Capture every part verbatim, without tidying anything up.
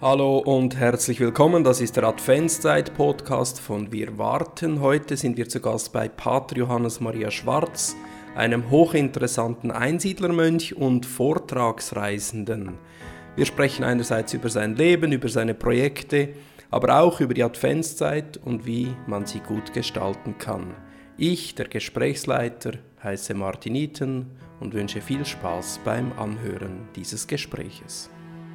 Hallo und herzlich willkommen, das ist der Adventszeit-Podcast von Wir Warten. Heute sind wir zu Gast bei Pater Johannes Maria Schwarz, einem hochinteressanten Einsiedlermönch und Vortragsreisenden. Wir sprechen einerseits über sein Leben, über seine Projekte, aber auch über die Adventszeit und wie man sie gut gestalten kann. Ich, der Gesprächsleiter, heiße Martin Iten und wünsche viel Spaß beim Anhören dieses Gespräches.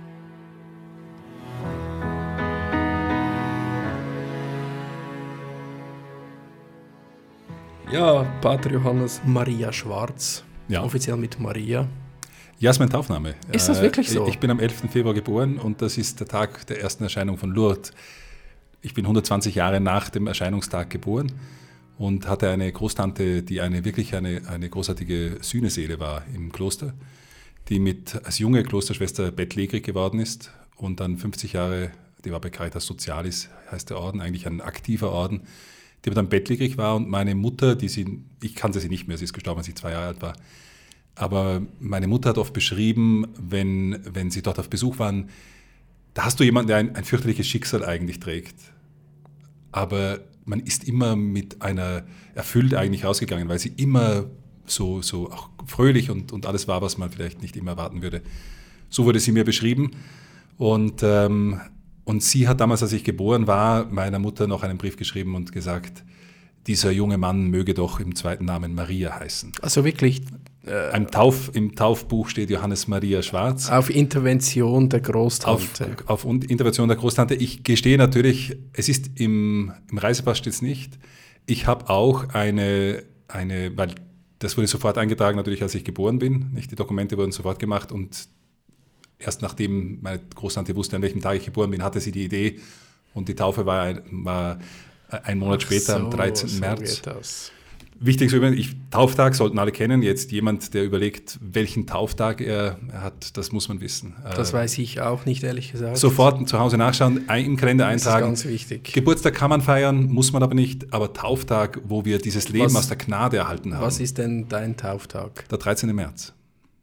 Ja, Pater Johannes Maria Schwarz, ja. Offiziell mit Maria. Ja, ist mein Taufname. Ist das wirklich so? Ich bin am elften Februar geboren und das ist der Tag der ersten Erscheinung von Lourdes. Ich bin hundertzwanzig Jahre nach dem Erscheinungstag geboren und hatte eine Großtante, die eine wirklich eine, eine großartige Sühneseele war im Kloster, die mit als junge Klosterschwester bettlägerig geworden ist und dann fünfzig Jahre, die war bei Caritas Socialis, heißt der Orden, eigentlich ein aktiver Orden, die aber dann bettlägerig war und meine Mutter, die sie, ich kannte sie nicht mehr, sie ist gestorben, als ich zwei Jahre alt war, aber meine Mutter hat oft beschrieben, wenn, wenn sie dort auf Besuch waren, da hast du jemanden, der ein, ein fürchterliches Schicksal eigentlich trägt, aber man ist immer mit einer erfüllt eigentlich rausgegangen, weil sie immer so, so auch fröhlich und, und alles war, was man vielleicht nicht immer erwarten würde. So wurde sie mir beschrieben und ähm, Und sie hat damals, als ich geboren war, meiner Mutter noch einen Brief geschrieben und gesagt, dieser junge Mann möge doch im zweiten Namen Maria heißen. Also wirklich? Äh, Im, Tauf, Im Taufbuch steht Johannes Maria Schwarz. Auf Intervention der Großtante. Auf, auf Intervention der Großtante. Ich gestehe natürlich, es ist im, im Reisepass steht es nicht. Ich habe auch eine, eine, weil das wurde sofort eingetragen, natürlich als ich geboren bin. Nicht? Die Dokumente wurden sofort gemacht und erst nachdem meine Großtante wusste, an welchem Tag ich geboren bin, hatte sie die Idee und die Taufe war ein, war ein Monat Ach später, so, am dreizehnten März. So das. Wichtig ist übrigens, ich, Tauftag sollten alle kennen. Jetzt jemand, der überlegt, welchen Tauftag er hat, das muss man wissen. Das äh, weiß ich auch nicht, ehrlich gesagt. Sofort zu Hause nachschauen, im Kalender eintragen. Das ist ganz wichtig. Geburtstag kann man feiern, muss man aber nicht. Aber Tauftag, wo wir dieses Leben was, aus der Gnade erhalten haben. Was ist denn dein Tauftag? Der dreizehnten März.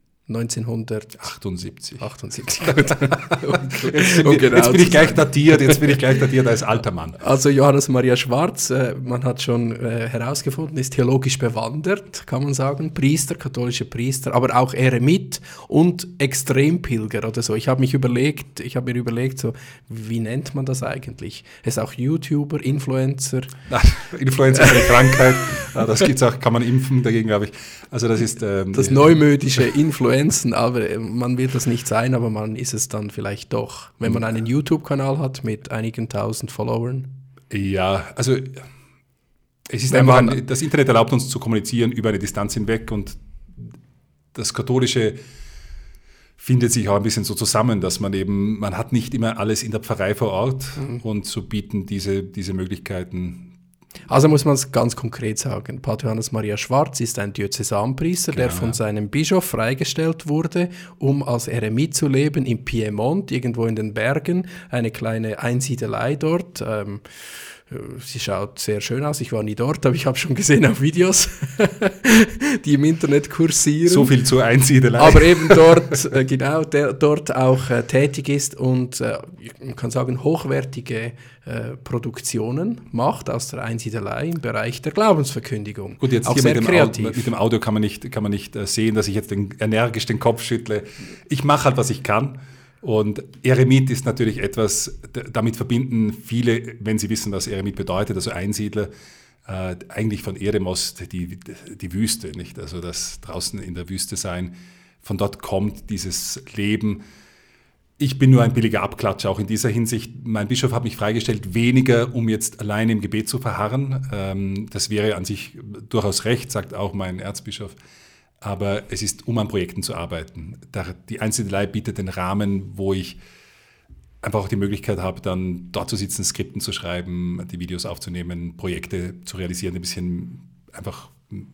neunzehnhundertachtundsiebzig. achtundsiebzig. jetzt, wir, genau jetzt bin ich gleich datiert, jetzt bin ich gleich datiert als alter Mann. Also Johannes Maria Schwarz, äh, man hat schon äh, herausgefunden, ist theologisch bewandert, kann man sagen, Priester, katholischer Priester, aber auch Eremit und Extrempilger oder so. Ich habe mich überlegt, ich habe mir überlegt, so, wie nennt man das eigentlich? Er ist auch YouTuber, Influencer. Ach, Influencer ist eine Krankheit, das gibt's auch, kann man impfen dagegen, glaube ich. Also das ist ähm, das neumodische Influencer. Aber man wird das nicht sein, aber man ist es dann vielleicht doch, wenn man einen YouTube-Kanal hat mit einigen tausend Followern. Ja, also es ist einfach, ein, das Internet erlaubt uns zu kommunizieren über eine Distanz hinweg und das Katholische findet sich auch ein bisschen so zusammen, dass man eben, man hat nicht immer alles in der Pfarrei vor Ort mhm. und so bieten diese, diese Möglichkeiten. Also muss man es ganz konkret sagen, Pater Johannes Maria Schwarz ist ein Diözesanpriester, genau. der von seinem Bischof freigestellt wurde, um als Eremit zu leben im Piemont, irgendwo in den Bergen, eine kleine Einsiedelei dort. Ähm, Sie schaut sehr schön aus, ich war nie dort, aber ich habe schon gesehen auf Videos, die im Internet kursieren. So viel zur Einsiedelei. Aber eben dort, äh, genau, der dort auch äh, tätig ist und, äh, man kann sagen, hochwertige äh, Produktionen macht aus der Einsiedelei im Bereich der Glaubensverkündigung. Gut, jetzt auch hier sehr mit dem, kreativ. Audio, mit dem Audio kann man nicht, kann man nicht äh, sehen, dass ich jetzt den, energisch den Kopf schüttle. Ich mache halt, was ich kann. Und Eremit ist natürlich etwas, damit verbinden viele, wenn sie wissen, was Eremit bedeutet, also Einsiedler, äh, eigentlich von Eremos die, die Wüste, nicht? Also das draußen in der Wüste sein, von dort kommt dieses Leben. Ich bin nur ein billiger Abklatscher, auch in dieser Hinsicht. Mein Bischof hat mich freigestellt, weniger, um jetzt allein im Gebet zu verharren. Ähm, das wäre an sich durchaus recht, sagt auch mein Erzbischof. Aber es ist, um an Projekten zu arbeiten. Die Einsiedelei bietet den Rahmen, wo ich einfach auch die Möglichkeit habe, dann dort zu sitzen, Skripten zu schreiben, die Videos aufzunehmen, Projekte zu realisieren, ein bisschen einfach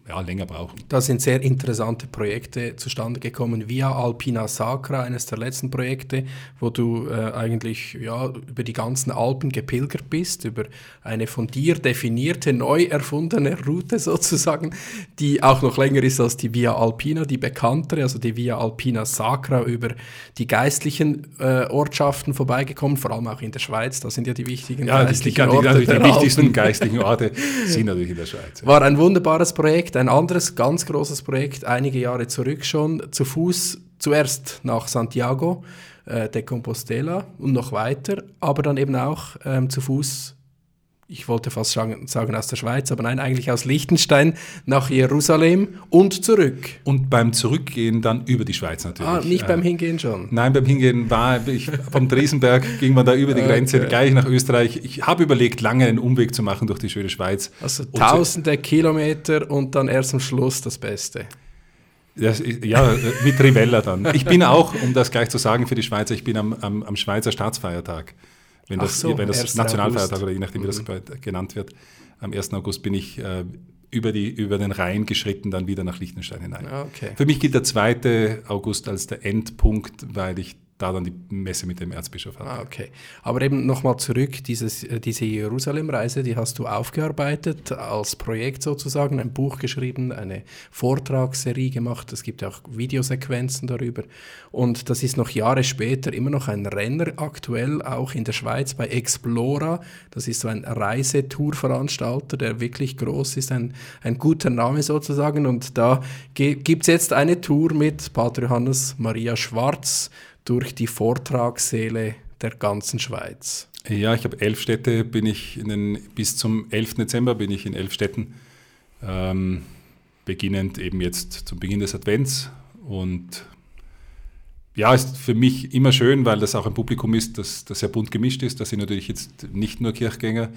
ja, länger brauchen. Da sind sehr interessante Projekte zustande gekommen. Via Alpina Sacra, eines der letzten Projekte, wo du äh, eigentlich ja, über die ganzen Alpen gepilgert bist, über eine von dir definierte, neu erfundene Route sozusagen, die auch noch länger ist als die Via Alpina, die bekanntere, also die Via Alpina Sacra, über die geistlichen äh, Ortschaften vorbeigekommen, vor allem auch in der Schweiz. Da sind ja die wichtigen ja, geistlichen die, die, Orte. Die, die, die wichtigsten geistlichen Orte sind natürlich in der Schweiz. Ja. War ein wunderbares Projekt. Ein anderes ganz großes Projekt, einige Jahre zurück schon, zu Fuß zuerst nach Santiago äh, de Compostela und noch weiter, aber dann eben auch ähm, zu Fuß, ich wollte fast sagen, sagen aus der Schweiz, aber nein, eigentlich aus Liechtenstein nach Jerusalem und zurück. Und beim Zurückgehen dann über die Schweiz natürlich. Ah, nicht äh, beim Hingehen schon? Nein, beim Hingehen war ich, vom Dresenberg ging man da über die Grenze, okay. Gleich nach Österreich. Ich habe überlegt, lange einen Umweg zu machen durch die schöne Schweiz. Also und tausende so, Kilometer und dann erst am Schluss das Beste. Das, ja, mit Rivella dann. Ich bin auch, um das gleich zu sagen für die Schweizer, ich bin am, am, am Schweizer Staatsfeiertag. Wenn das, so, wenn das Nationalfeiertag August. Oder je nachdem, wie das mhm. genannt wird, am ersten August bin ich äh, über, die, über den Rhein geschritten, dann wieder nach Liechtenstein hinein. Okay. Für mich gilt der zweite August als der Endpunkt, weil ich da dann die Messe mit dem Erzbischof hatte. Ah, okay. Aber eben nochmal zurück, dieses, diese Jerusalem-Reise, die hast du aufgearbeitet als Projekt sozusagen, ein Buch geschrieben, eine Vortragsserie gemacht, es gibt auch Videosequenzen darüber und das ist noch Jahre später immer noch ein Renner, aktuell auch in der Schweiz bei Explora, das ist so ein Reisetourveranstalter, der wirklich groß ist, ein, ein guter Name sozusagen und da ge- gibt es jetzt eine Tour mit Pater Johannes Maria Schwarz durch die Vortragssäle der ganzen Schweiz. Ja, ich habe elf Städte, bin ich in den, bis zum elften Dezember bin ich in elf Städten, ähm, beginnend eben jetzt zum Beginn des Advents. Und ja, ist für mich immer schön, weil das auch ein Publikum ist, das, das sehr bunt gemischt ist. Das sind natürlich jetzt nicht nur Kirchgänger.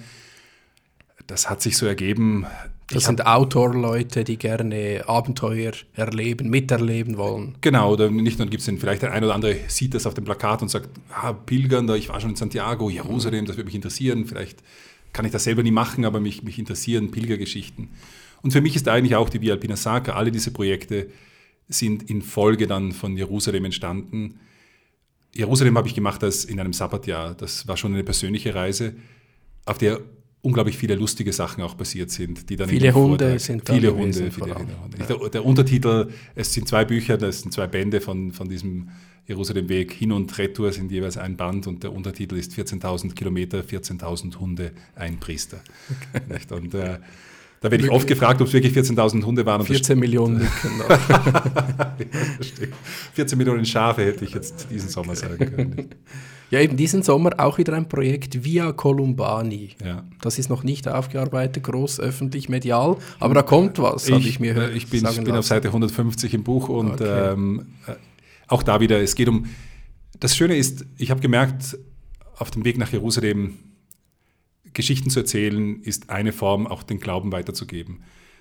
Das hat sich so ergeben. Das sind Outdoor-Leute, die gerne Abenteuer erleben, miterleben wollen. Genau, oder nicht nur gibt es vielleicht der ein oder andere sieht das auf dem Plakat und sagt, ah, Pilgern, da ich war schon in Santiago, Jerusalem, das würde mich interessieren. Vielleicht kann ich das selber nie machen, aber mich, mich interessieren Pilgergeschichten. Und für mich ist eigentlich auch die Via Alpina Sacra, alle diese Projekte sind in Folge dann von Jerusalem entstanden. Jerusalem habe ich gemacht als in einem Sabbatjahr. Das war schon eine persönliche Reise, auf der unglaublich viele lustige Sachen auch passiert sind. Die dann viele Hunde Vortrag, sind da viele Hunde, viele Hunde. Ja. Der, der Untertitel, es sind zwei Bücher, das sind zwei Bände von, von diesem Jerusalemweg, Hin- und Retour sind jeweils ein Band und der Untertitel ist vierzehntausend Kilometer, vierzehntausend Hunde, ein Priester. Okay. Und äh, da werde ich oft gefragt, ob es wirklich vierzehntausend Hunde waren. vierzehn Millionen Mücken noch. Ja, vierzehn Millionen Schafe hätte ich jetzt diesen Sommer sagen können. Ja, eben diesen Sommer auch wieder ein Projekt Via Columbani. Ja. Das ist noch nicht aufgearbeitet, groß öffentlich, medial, aber da kommt was, habe ich mir äh, Ich bin, ich bin auf Seite hundertfünfzig im Buch und okay. ähm, auch da wieder, es geht um, das Schöne ist, ich habe gemerkt, auf dem Weg nach Jerusalem Geschichten zu erzählen, ist eine Form, auch den Glauben weiterzugeben.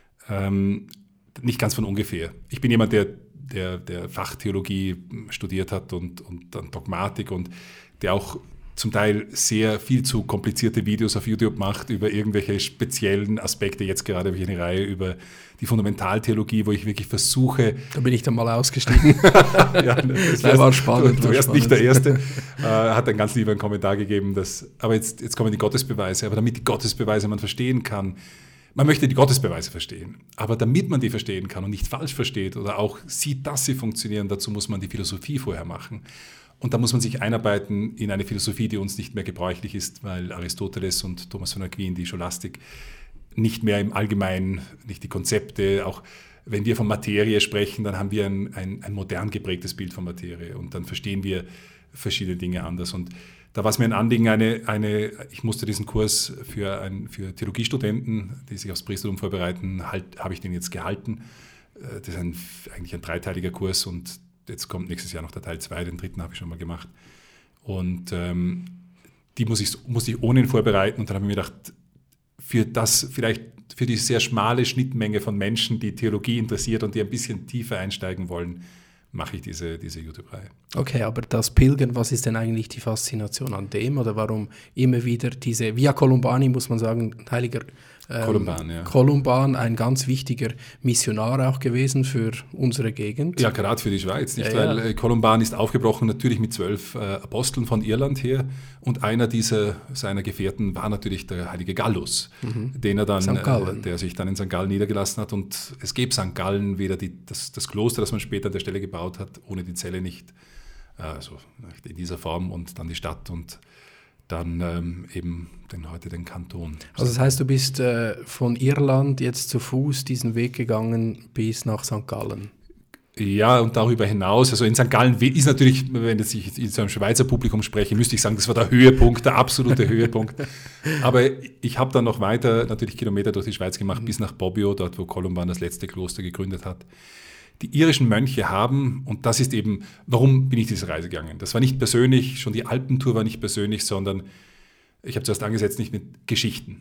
Ähm, nicht ganz von ungefähr. Ich bin jemand, der, der, der Fachtheologie studiert hat und, und dann Dogmatik und der auch zum Teil sehr viel zu komplizierte Videos auf YouTube macht über irgendwelche speziellen Aspekte. Jetzt gerade habe ich eine Reihe über die Fundamentaltheologie, wo ich wirklich versuche... Da bin ich dann mal ausgestiegen. Ja, das wärst, war spannend. Du, du wärst nicht der Erste. äh, hat einen ganz lieben Kommentar gegeben, dass, aber jetzt, jetzt kommen die Gottesbeweise. Aber damit die Gottesbeweise man verstehen kann, man möchte die Gottesbeweise verstehen, aber damit man die verstehen kann und nicht falsch versteht oder auch sieht, dass sie funktionieren, dazu muss man die Philosophie vorher machen. Und da muss man sich einarbeiten in eine Philosophie, die uns nicht mehr gebräuchlich ist, weil Aristoteles und Thomas von Aquin, die Scholastik, nicht mehr im Allgemeinen, nicht die Konzepte, auch wenn wir von Materie sprechen, dann haben wir ein, ein, ein modern geprägtes Bild von Materie und dann verstehen wir verschiedene Dinge anders. Und da war es mir ein Anliegen, eine, eine, ich musste diesen Kurs für, ein, für Theologiestudenten, die sich aufs Priestertum vorbereiten, halt, habe ich den jetzt gehalten. Das ist ein, eigentlich ein dreiteiliger Kurs und jetzt kommt nächstes Jahr noch der Teil zwei, den dritten habe ich schon mal gemacht. Und ähm, die muss ich, muss ich ohne ihn vorbereiten. Und dann habe ich mir gedacht, für das, vielleicht für die sehr schmale Schnittmenge von Menschen, die Theologie interessiert und die ein bisschen tiefer einsteigen wollen, mache ich diese, diese YouTube-Reihe. Okay, aber das Pilgern, was ist denn eigentlich die Faszination an dem oder warum immer wieder diese Via Columbani, muss man sagen, heiliger ähm, Columban, ja. Columban, ein ganz wichtiger Missionar auch gewesen für unsere Gegend. Ja, gerade für die Schweiz, nicht? Ja, Weil ja. Columban ist aufgebrochen natürlich mit zwölf äh, Aposteln von Irland her und einer dieser seiner Gefährten war natürlich der heilige Gallus, mhm. den er dann, Sankt Gallen. Äh, der sich dann in Sankt Gallen niedergelassen hat, und es gäbe Sankt Gallen weder die, das, das Kloster, das man später an der Stelle gebaut hat, ohne die Zelle nicht, äh, also nicht in dieser Form, und dann die Stadt und dann ähm, eben den, heute den Kanton. Also das heißt, du bist äh, von Irland jetzt zu Fuß diesen Weg gegangen bis nach Sankt Gallen? Ja, und darüber hinaus, also in Sankt Gallen ist natürlich, wenn ich in so einem Schweizer Publikum spreche, müsste ich sagen, das war der Höhepunkt, der absolute Höhepunkt. Aber ich habe dann noch weiter natürlich Kilometer durch die Schweiz gemacht, mhm. bis nach Bobbio, dort wo Columban das letzte Kloster gegründet hat. Die irischen Mönche haben, und das ist eben, warum bin ich diese Reise gegangen? Das war nicht persönlich, schon die Alpentour war nicht persönlich, sondern ich habe zuerst angesetzt, nicht mit Geschichten.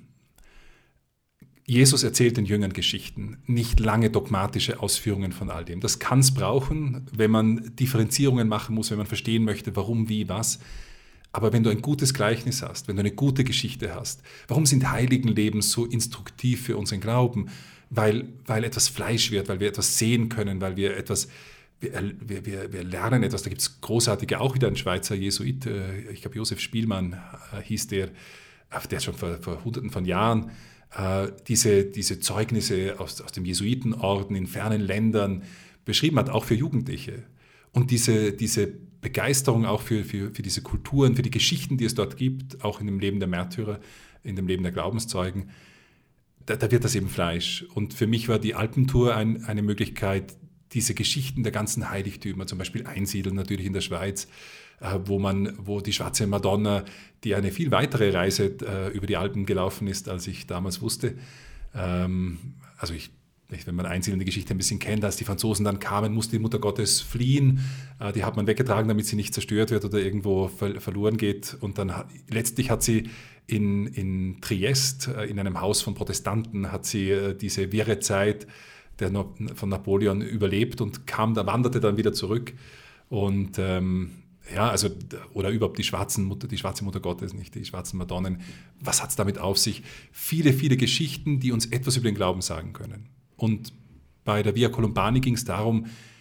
Jesus erzählt den Jüngern Geschichten, nicht lange dogmatische Ausführungen von all dem. Das kann es brauchen, wenn man Differenzierungen machen muss, wenn man verstehen möchte, warum, wie, was. Aber wenn du ein gutes Gleichnis hast, wenn du eine gute Geschichte hast, warum sind Heiligenleben so instruktiv für unseren Glauben? Weil, weil etwas Fleisch wird, weil wir etwas sehen können, weil wir etwas, wir, wir, wir, wir lernen etwas. Da gibt es großartige, auch wieder ein Schweizer Jesuit, ich glaube Josef Spielmann hieß der, der schon vor, vor hunderten von Jahren diese, diese Zeugnisse aus, aus dem Jesuitenorden in fernen Ländern beschrieben hat, auch für Jugendliche. Und diese, diese Begeisterung auch für, für, für diese Kulturen, für die Geschichten, die es dort gibt, auch in dem Leben der Märtyrer, in dem Leben der Glaubenszeugen, Da, da wird das eben Fleisch. Und für mich war die Alpentour ein, eine Möglichkeit, diese Geschichten der ganzen Heiligtümer, zum Beispiel Einsiedeln natürlich in der Schweiz, äh, wo man, wo die Schwarze Madonna, die eine viel weitere Reise äh, über die Alpen gelaufen ist, als ich damals wusste. Ähm, also ich, wenn man Einsiedeln die Geschichte ein bisschen kennt, als die Franzosen dann kamen, musste die Mutter Gottes fliehen. Äh, die hat man weggetragen, damit sie nicht zerstört wird oder irgendwo ver- verloren geht. Und dann hat, letztlich hat sie In, in Triest, in einem Haus von Protestanten, hat sie äh, diese wirre Zeit der no- von Napoleon überlebt und kam, da wanderte dann wieder zurück. Und ähm, ja, also, oder überhaupt die schwarzen Mutter, die schwarze Mutter Gottes, nicht die schwarzen Madonnen. Was hat es damit auf sich? Viele, viele Geschichten, die uns etwas über den Glauben sagen können. Und bei der Via Columbani ging es darum,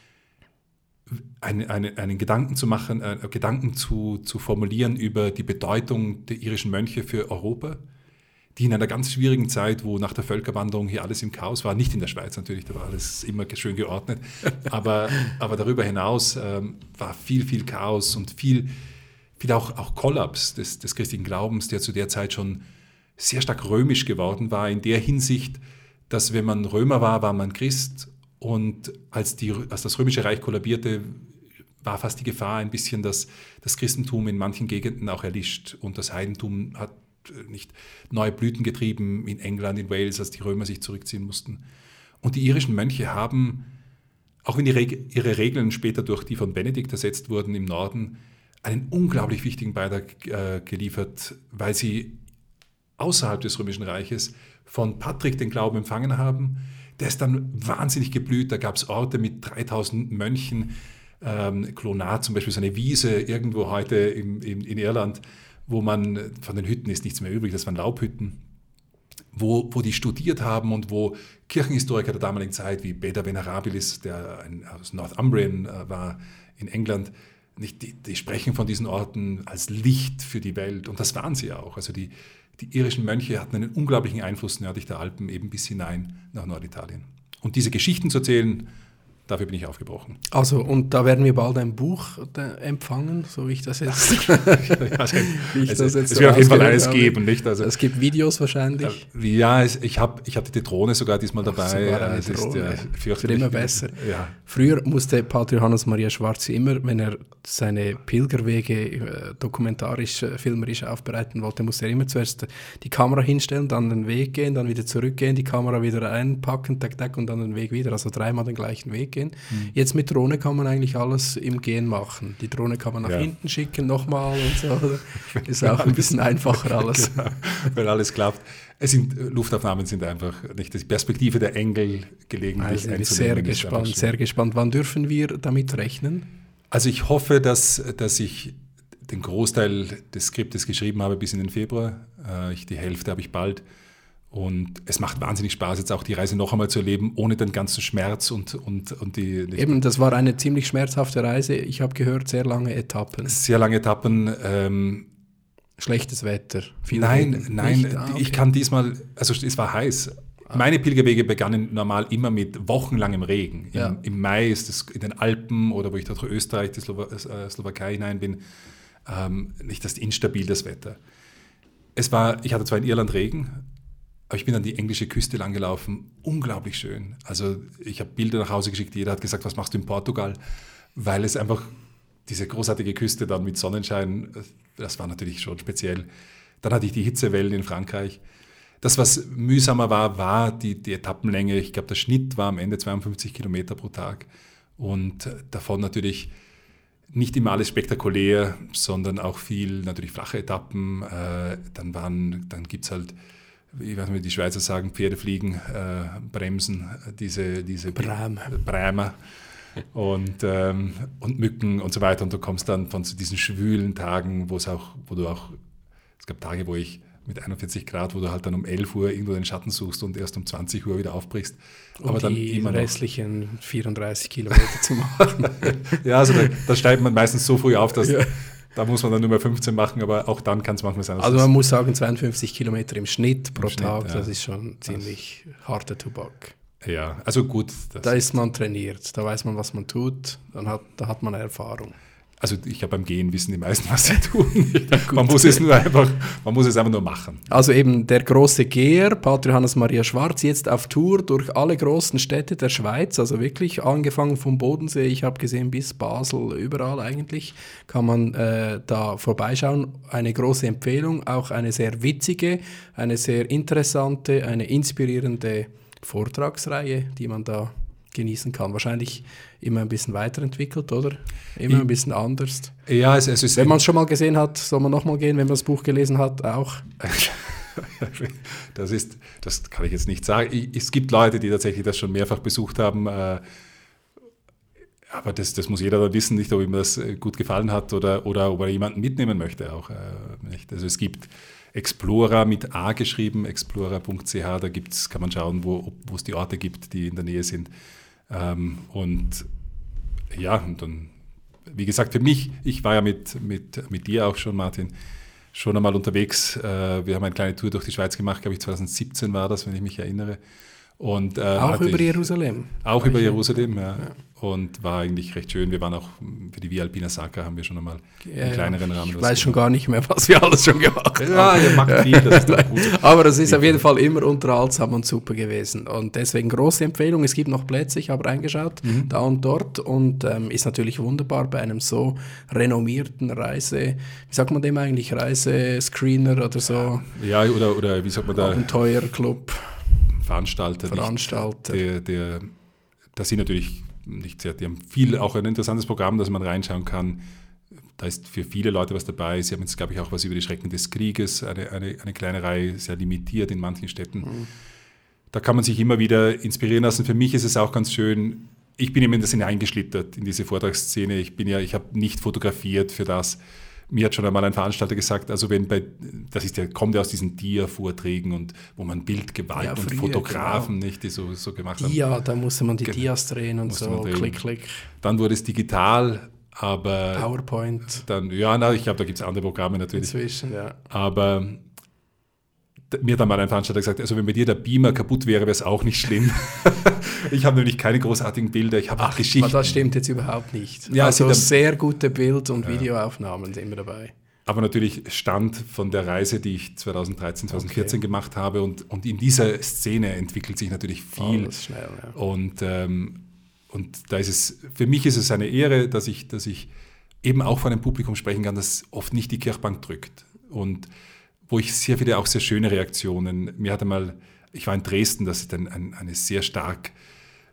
Eine, eine, einen Gedanken zu machen, äh, Gedanken zu, zu formulieren über die Bedeutung der irischen Mönche für Europa, die in einer ganz schwierigen Zeit, wo nach der Völkerwanderung hier alles im Chaos war, nicht in der Schweiz natürlich, da war alles immer schön geordnet, aber, aber darüber hinaus ähm, war viel, viel Chaos und viel, viel auch, auch Kollaps des, des christlichen Glaubens, der zu der Zeit schon sehr stark römisch geworden war, in der Hinsicht, dass wenn man Römer war, war man Christ. Und als, die, als das Römische Reich kollabierte, war fast die Gefahr ein bisschen, dass das Christentum in manchen Gegenden auch erlischt. Und das Heidentum hat nicht neue Blüten getrieben in England, in Wales, als die Römer sich zurückziehen mussten. Und die irischen Mönche haben, auch wenn die Reg- ihre Regeln später durch die von Benedikt ersetzt wurden im Norden, einen unglaublich wichtigen Beitrag äh, geliefert, weil sie außerhalb des Römischen Reiches von Patrick den Glauben empfangen haben. Der ist dann wahnsinnig geblüht, da gab es Orte mit dreitausend Mönchen, ähm, Clonard zum Beispiel, so eine Wiese irgendwo heute im, im, in Irland, wo man, von den Hütten ist nichts mehr übrig, das waren Laubhütten, wo, wo die studiert haben und wo Kirchenhistoriker der damaligen Zeit, wie Beda Venerabilis, der ein, aus Northumbrien äh, war in England, nicht, die, die sprechen von diesen Orten als Licht für die Welt, und das waren sie auch. Also die Die irischen Mönche hatten einen unglaublichen Einfluss nördlich der Alpen, eben bis hinein nach Norditalien. Und diese Geschichten zu erzählen, dafür bin ich aufgebrochen. Also, und da werden wir bald ein Buch empfangen, so wie ich das jetzt... also, wie ich also, das jetzt es so wird auf jeden Fall ausgehört alles habe. geben, nicht? Also, es gibt Videos wahrscheinlich. Äh, ja, es, ich, hab, ich hatte die Drohne sogar diesmal dabei. Sogar eine es ist Drohne. ja Wird fürchterlich. immer besser. Ja. Früher musste Pater Johannes Maria Schwarz immer, wenn er seine Pilgerwege äh, dokumentarisch, äh, filmerisch aufbereiten wollte, musste er immer zuerst die Kamera hinstellen, dann den Weg gehen, dann wieder zurückgehen, die Kamera wieder einpacken, tak, tak, und dann den Weg wieder. Also dreimal den gleichen Weg gehen. Mhm. Jetzt mit Drohne kann man eigentlich alles im Gehen machen. Die Drohne kann man nach ja. hinten schicken, nochmal und so. Ist auch ein bisschen einfacher alles. Genau, weil alles klappt. Es sind, Luftaufnahmen sind einfach nicht die Perspektive der Engel gelegentlich also einzunehmen. Sehr gespannt, sehr gespannt. Wann dürfen wir damit rechnen? Also ich hoffe, dass, dass ich den Großteil des Skriptes geschrieben habe bis in den Februar. Ich, die Hälfte habe ich bald. Und es macht wahnsinnig Spaß, jetzt auch die Reise noch einmal zu erleben, ohne den ganzen Schmerz und, und, und die... die Eben, das war eine ziemlich schmerzhafte Reise. Ich habe gehört, sehr lange Etappen. Sehr lange Etappen. Ähm, Schlechtes Wetter. Viel nein, Regen. nein, ah, okay. Ich kann diesmal... Also es war heiß. Ah. Meine Pilgerwege begannen normal immer mit wochenlangem Regen. Im, ja. im Mai ist es in den Alpen oder wo ich durch Österreich, die Slowa- äh, Slowakei hinein bin, ähm, nicht das instabil, das Wetter. Es war, ich hatte zwar in Irland Regen, aber ich bin an die englische Küste lang gelaufen. Unglaublich schön. Also ich habe Bilder nach Hause geschickt. Jeder hat gesagt, was machst du in Portugal? Weil es einfach diese großartige Küste dann mit Sonnenschein, das war natürlich schon speziell. Dann hatte ich die Hitzewellen in Frankreich. Das, was mühsamer war, war die, die Etappenlänge. Ich glaube, der Schnitt war am Ende zweiundfünfzig Kilometer pro Tag. Und davon natürlich nicht immer alles spektakulär, sondern auch viel natürlich flache Etappen. Dann, waren, dann gibt es halt, ich weiß nicht, wie die Schweizer sagen, Pferdefliegen, äh, Bremsen, diese, diese Bram. Brämer und, ähm, und Mücken und so weiter. Und du kommst dann von diesen schwülen Tagen, wo es auch, wo du auch, es gab Tage, wo ich mit einundvierzig Grad, wo du halt dann um elf Uhr irgendwo den Schatten suchst und erst um zwanzig Uhr wieder aufbrichst. Um aber dann die immer restlichen vierunddreißig Kilometer zu machen. Ja, also da, da steigt man meistens so früh auf, dass... Ja. Da muss man dann nur mehr fünfzehn machen, aber auch dann kann es manchmal sein. Also man muss sagen, zweiundfünfzig Kilometer im Schnitt pro Schnitt, Tag, ja. das ist schon ziemlich das, harter Tobak. Ja, also gut. Da ist man trainiert, da weiß man, was man tut, dann hat, da hat man Erfahrung. Also ich glaube, beim Gehen wissen die meisten, was sie tun. man, muss es nur einfach, man muss es einfach nur machen. Also eben der große Geher, Pater Johannes Maria Schwarz, jetzt auf Tour durch alle großen Städte der Schweiz, also wirklich angefangen vom Bodensee, ich habe gesehen bis Basel, überall eigentlich, kann man äh, da vorbeischauen. Eine große Empfehlung, auch eine sehr witzige, eine sehr interessante, eine inspirierende Vortragsreihe, die man da genießen kann. Wahrscheinlich immer ein bisschen weiterentwickelt, oder? Immer ich, ein bisschen anders. Ja, es, es ist... Wenn man es schon mal gesehen hat, soll man nochmal gehen. Wenn man das Buch gelesen hat, auch. Das ist, das kann ich jetzt nicht sagen. Ich, es gibt Leute, die tatsächlich das schon mehrfach besucht haben, äh, aber das, das muss jeder dann wissen, nicht, ob ihm das gut gefallen hat oder, oder ob er jemanden mitnehmen möchte auch. Äh, nicht. Also es gibt Explorer mit A geschrieben, explorer punkt c h, da gibt's, kann man schauen, wo es die Orte gibt, die in der Nähe sind. Ähm, und ja, und dann, wie gesagt, für mich, ich war ja mit, mit, mit dir auch schon, Martin, schon einmal unterwegs. Äh, wir haben eine kleine Tour durch die Schweiz gemacht, glaube ich, zwanzig siebzehn war das, wenn ich mich erinnere. Und, äh, auch über ich, Jerusalem. Auch über Jerusalem, ja. ja. Und war eigentlich recht schön. Wir waren auch für die Via Alpina Sacra, haben wir schon einmal ja, einen kleineren Rahmen. Ich weiß schon gar nicht mehr, was wir alles schon gemacht haben. Ja, ihr macht viel, das ist doch gut. Aber das ist auf jeden Fall immer unterhaltsam und super gewesen. Und deswegen große Empfehlung. Es gibt noch Plätze, ich habe reingeschaut, mhm. da und dort. Und ähm, ist natürlich wunderbar bei einem so renommierten Reise, wie sagt man dem eigentlich, Reisescreener oder so? Ja, oder, oder wie sagt man da? Abenteuerclub. Veranstalter. Veranstalter. Der, der, das sind natürlich nicht sehr, die haben viel, auch ein interessantes Programm, das man reinschauen kann. Da ist für viele Leute was dabei. Sie haben jetzt, glaube ich, auch was über die Schrecken des Krieges, eine, eine, eine kleine Reihe, sehr limitiert in manchen Städten. Mhm. Da kann man sich immer wieder inspirieren lassen. Für mich ist es auch ganz schön, ich bin immer in das hineingeschlittert, in diese Vortragsszene. Ich bin ja, ich habe nicht fotografiert für das. Mir hat schon einmal ein Veranstalter gesagt, also wenn bei, das ist ja, kommt ja aus diesen Dia-Vorträgen und wo man Bildgewalt ja, und Fotografen, genau. nicht, die so, so gemacht haben. Ja, da musste man die Ge- Dias drehen und so, drehen. klick, klick. Dann wurde es digital, aber... PowerPoint. Dann, ja, na, ich glaube, da gibt es andere Programme natürlich. Inzwischen, ja. Aber mir hat dann mal ein Veranstalter gesagt, also wenn bei dir der Beamer kaputt wäre, wäre es auch nicht schlimm. Ich habe nämlich keine großartigen Bilder, ich habe auch Geschichten. Aber das stimmt jetzt überhaupt nicht. Ja, also sehr gute Bild- und ja. Videoaufnahmen sind immer dabei. Aber natürlich Stand von der Reise, die ich zweitausenddreizehn, zweitausendvierzehn okay. gemacht habe. Und, und in dieser Szene entwickelt sich natürlich viel. Alles schnell, ja. Und, ähm, und da ist es, für mich ist es eine Ehre, dass ich, dass ich eben auch vor einem Publikum sprechen kann, das oft nicht die Kirchbank drückt. Und wo ich sehr viele auch sehr schöne Reaktionen, mir hatte mal, ich war in Dresden, das ist ein, ein, eine sehr stark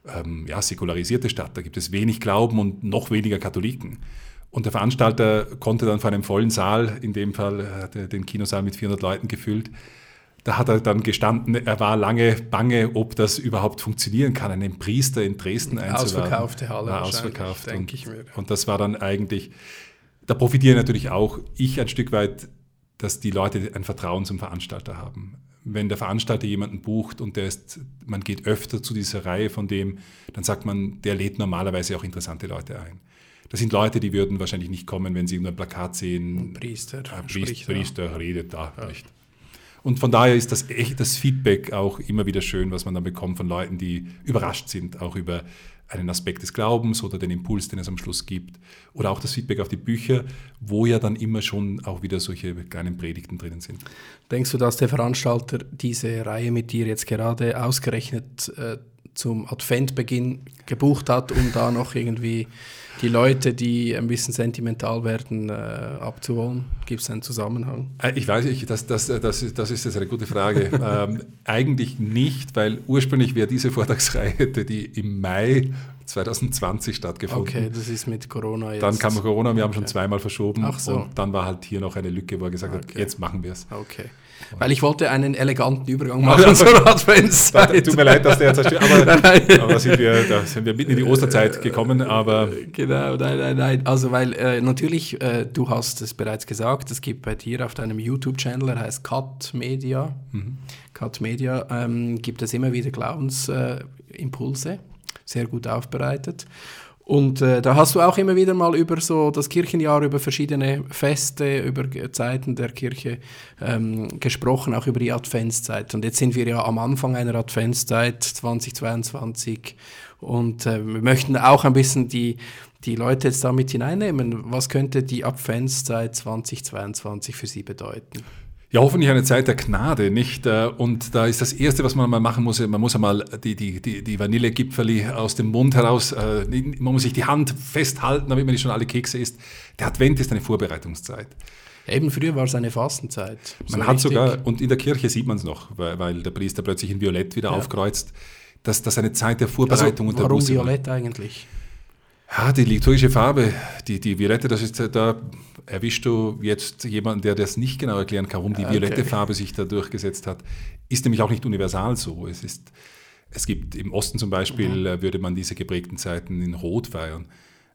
ähm, ja, säkularisierte Stadt. Da gibt es wenig Glauben und noch weniger Katholiken. Und der Veranstalter konnte dann vor einem vollen Saal, in dem Fall hat er den Kinosaal mit vierhundert Leuten gefüllt, da hat er dann gestanden, er war lange bange, ob das überhaupt funktionieren kann, einen Priester in Dresden einzuladen. Ausverkaufte Halle war ausverkauft. denke und, ich mir. Und das war dann eigentlich, da profitiere natürlich auch ich ein Stück weit, dass die Leute ein Vertrauen zum Veranstalter haben. Wenn der Veranstalter jemanden bucht und der ist, man geht öfter zu dieser Reihe von dem, dann sagt man, der lädt normalerweise auch interessante Leute ein. Das sind Leute, die würden wahrscheinlich nicht kommen, wenn sie nur ein Plakat sehen. Ein Priester, äh, Priester, spricht, Priester ja. redet da ja. nicht. Und von daher ist das echt das Feedback auch immer wieder schön, was man dann bekommt von Leuten, die überrascht sind, auch über einen Aspekt des Glaubens oder den Impuls, den es am Schluss gibt. Oder auch das Feedback auf die Bücher, wo ja dann immer schon auch wieder solche kleinen Predigten drinnen sind. Denkst du, dass der Veranstalter diese Reihe mit dir jetzt gerade ausgerechnet äh, zum Adventbeginn gebucht hat, um da noch irgendwie die Leute, die ein bisschen sentimental werden, äh, abzuholen? Gibt es einen Zusammenhang? Ich weiß nicht, das, das, das, das ist jetzt eine gute Frage. ähm, eigentlich nicht, weil ursprünglich wäre diese Vortragsreihe hätte die im Mai zwanzig zwanzig stattgefunden. Okay, das ist mit Corona jetzt. Dann kam Corona, wir haben okay. schon zweimal verschoben. Ach so. Und dann war halt hier noch eine Lücke, wo er gesagt okay. hat, jetzt machen wir es. Okay. Weil ich wollte einen eleganten Übergang machen zur Adventszeit. Tut mir leid, dass der jetzt zerstört, aber, aber sind wir, da sind wir mitten in die Osterzeit gekommen. Aber genau, nein, nein, nein. Also weil äh, natürlich, äh, du hast es bereits gesagt, es gibt bei dir auf deinem YouTube-Channel, der heißt Cut Media, mhm. Cut Media, ähm, gibt es immer wieder Glaubensimpulse, äh, sehr gut aufbereitet. Und äh, da hast du auch immer wieder mal über so das Kirchenjahr, über verschiedene Feste, über Zeiten der Kirche ähm, gesprochen, auch über die Adventszeit. Und jetzt sind wir ja am Anfang einer Adventszeit zweitausendzweiundzwanzig und äh, wir möchten auch ein bisschen die, die Leute jetzt da mit hineinnehmen. Was könnte die Adventszeit zweitausendzweiundzwanzig für sie bedeuten? Ja, hoffentlich eine Zeit der Gnade, nicht? Und da ist das Erste, was man mal machen muss, man muss einmal die, die, die, die Vanillegipferli aus dem Mund heraus, man muss sich die Hand festhalten, damit man nicht schon alle Kekse isst. Der Advent ist eine Vorbereitungszeit. Eben früher war es eine Fastenzeit. Man so hat richtig. sogar, und in der Kirche sieht man es noch, weil, weil der Priester plötzlich in Violett wieder ja. aufkreuzt, dass das eine Zeit der Vorbereitung also, und der warum Buße Violett eigentlich? Ja, die liturgische Farbe, die, die Violette, das ist, da erwischst du jetzt jemanden, der das nicht genau erklären kann, warum die violette okay. Farbe sich da durchgesetzt hat. Ist nämlich auch nicht universal so. Es ist, es gibt im Osten zum Beispiel, mhm. würde man diese geprägten Zeiten in Rot feiern.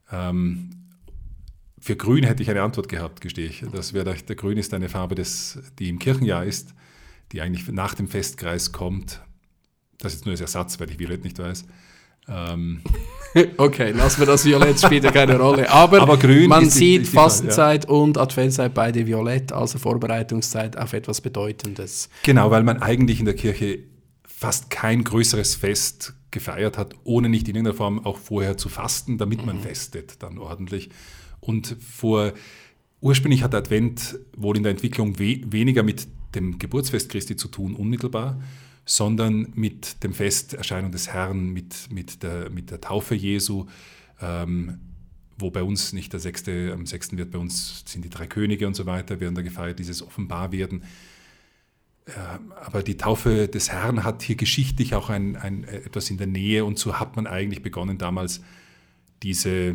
Ähm, für Grün hätte ich eine Antwort gehabt, gestehe ich. Das wäre, der Grün ist eine Farbe, des, die im Kirchenjahr ist, die eigentlich nach dem Festkreis kommt. Das ist nur als Ersatz, weil ich Violett nicht weiß. Ähm, okay, lassen wir das Violett, spielt ja keine Rolle. Aber, Aber grün man ist die, sieht ist die Fastenzeit Fall, ja. und Adventszeit beide violett, also Vorbereitungszeit auf etwas Bedeutendes. Genau, weil man eigentlich in der Kirche fast kein größeres Fest gefeiert hat, ohne nicht in irgendeiner Form auch vorher zu fasten, damit man mhm. festet dann ordentlich. Und vor, ursprünglich hat der Advent wohl in der Entwicklung we, weniger mit dem Geburtsfest Christi zu tun, unmittelbar, sondern mit dem Festerscheinung des Herrn, mit, mit, der, mit der Taufe Jesu, ähm, wo bei uns nicht der sechste, am sechsten wird bei uns sind die drei Könige und so weiter, werden da gefeiert, dieses Offenbarwerden. Äh, aber die Taufe des Herrn hat hier geschichtlich auch ein, ein, etwas in der Nähe und so hat man eigentlich begonnen damals diese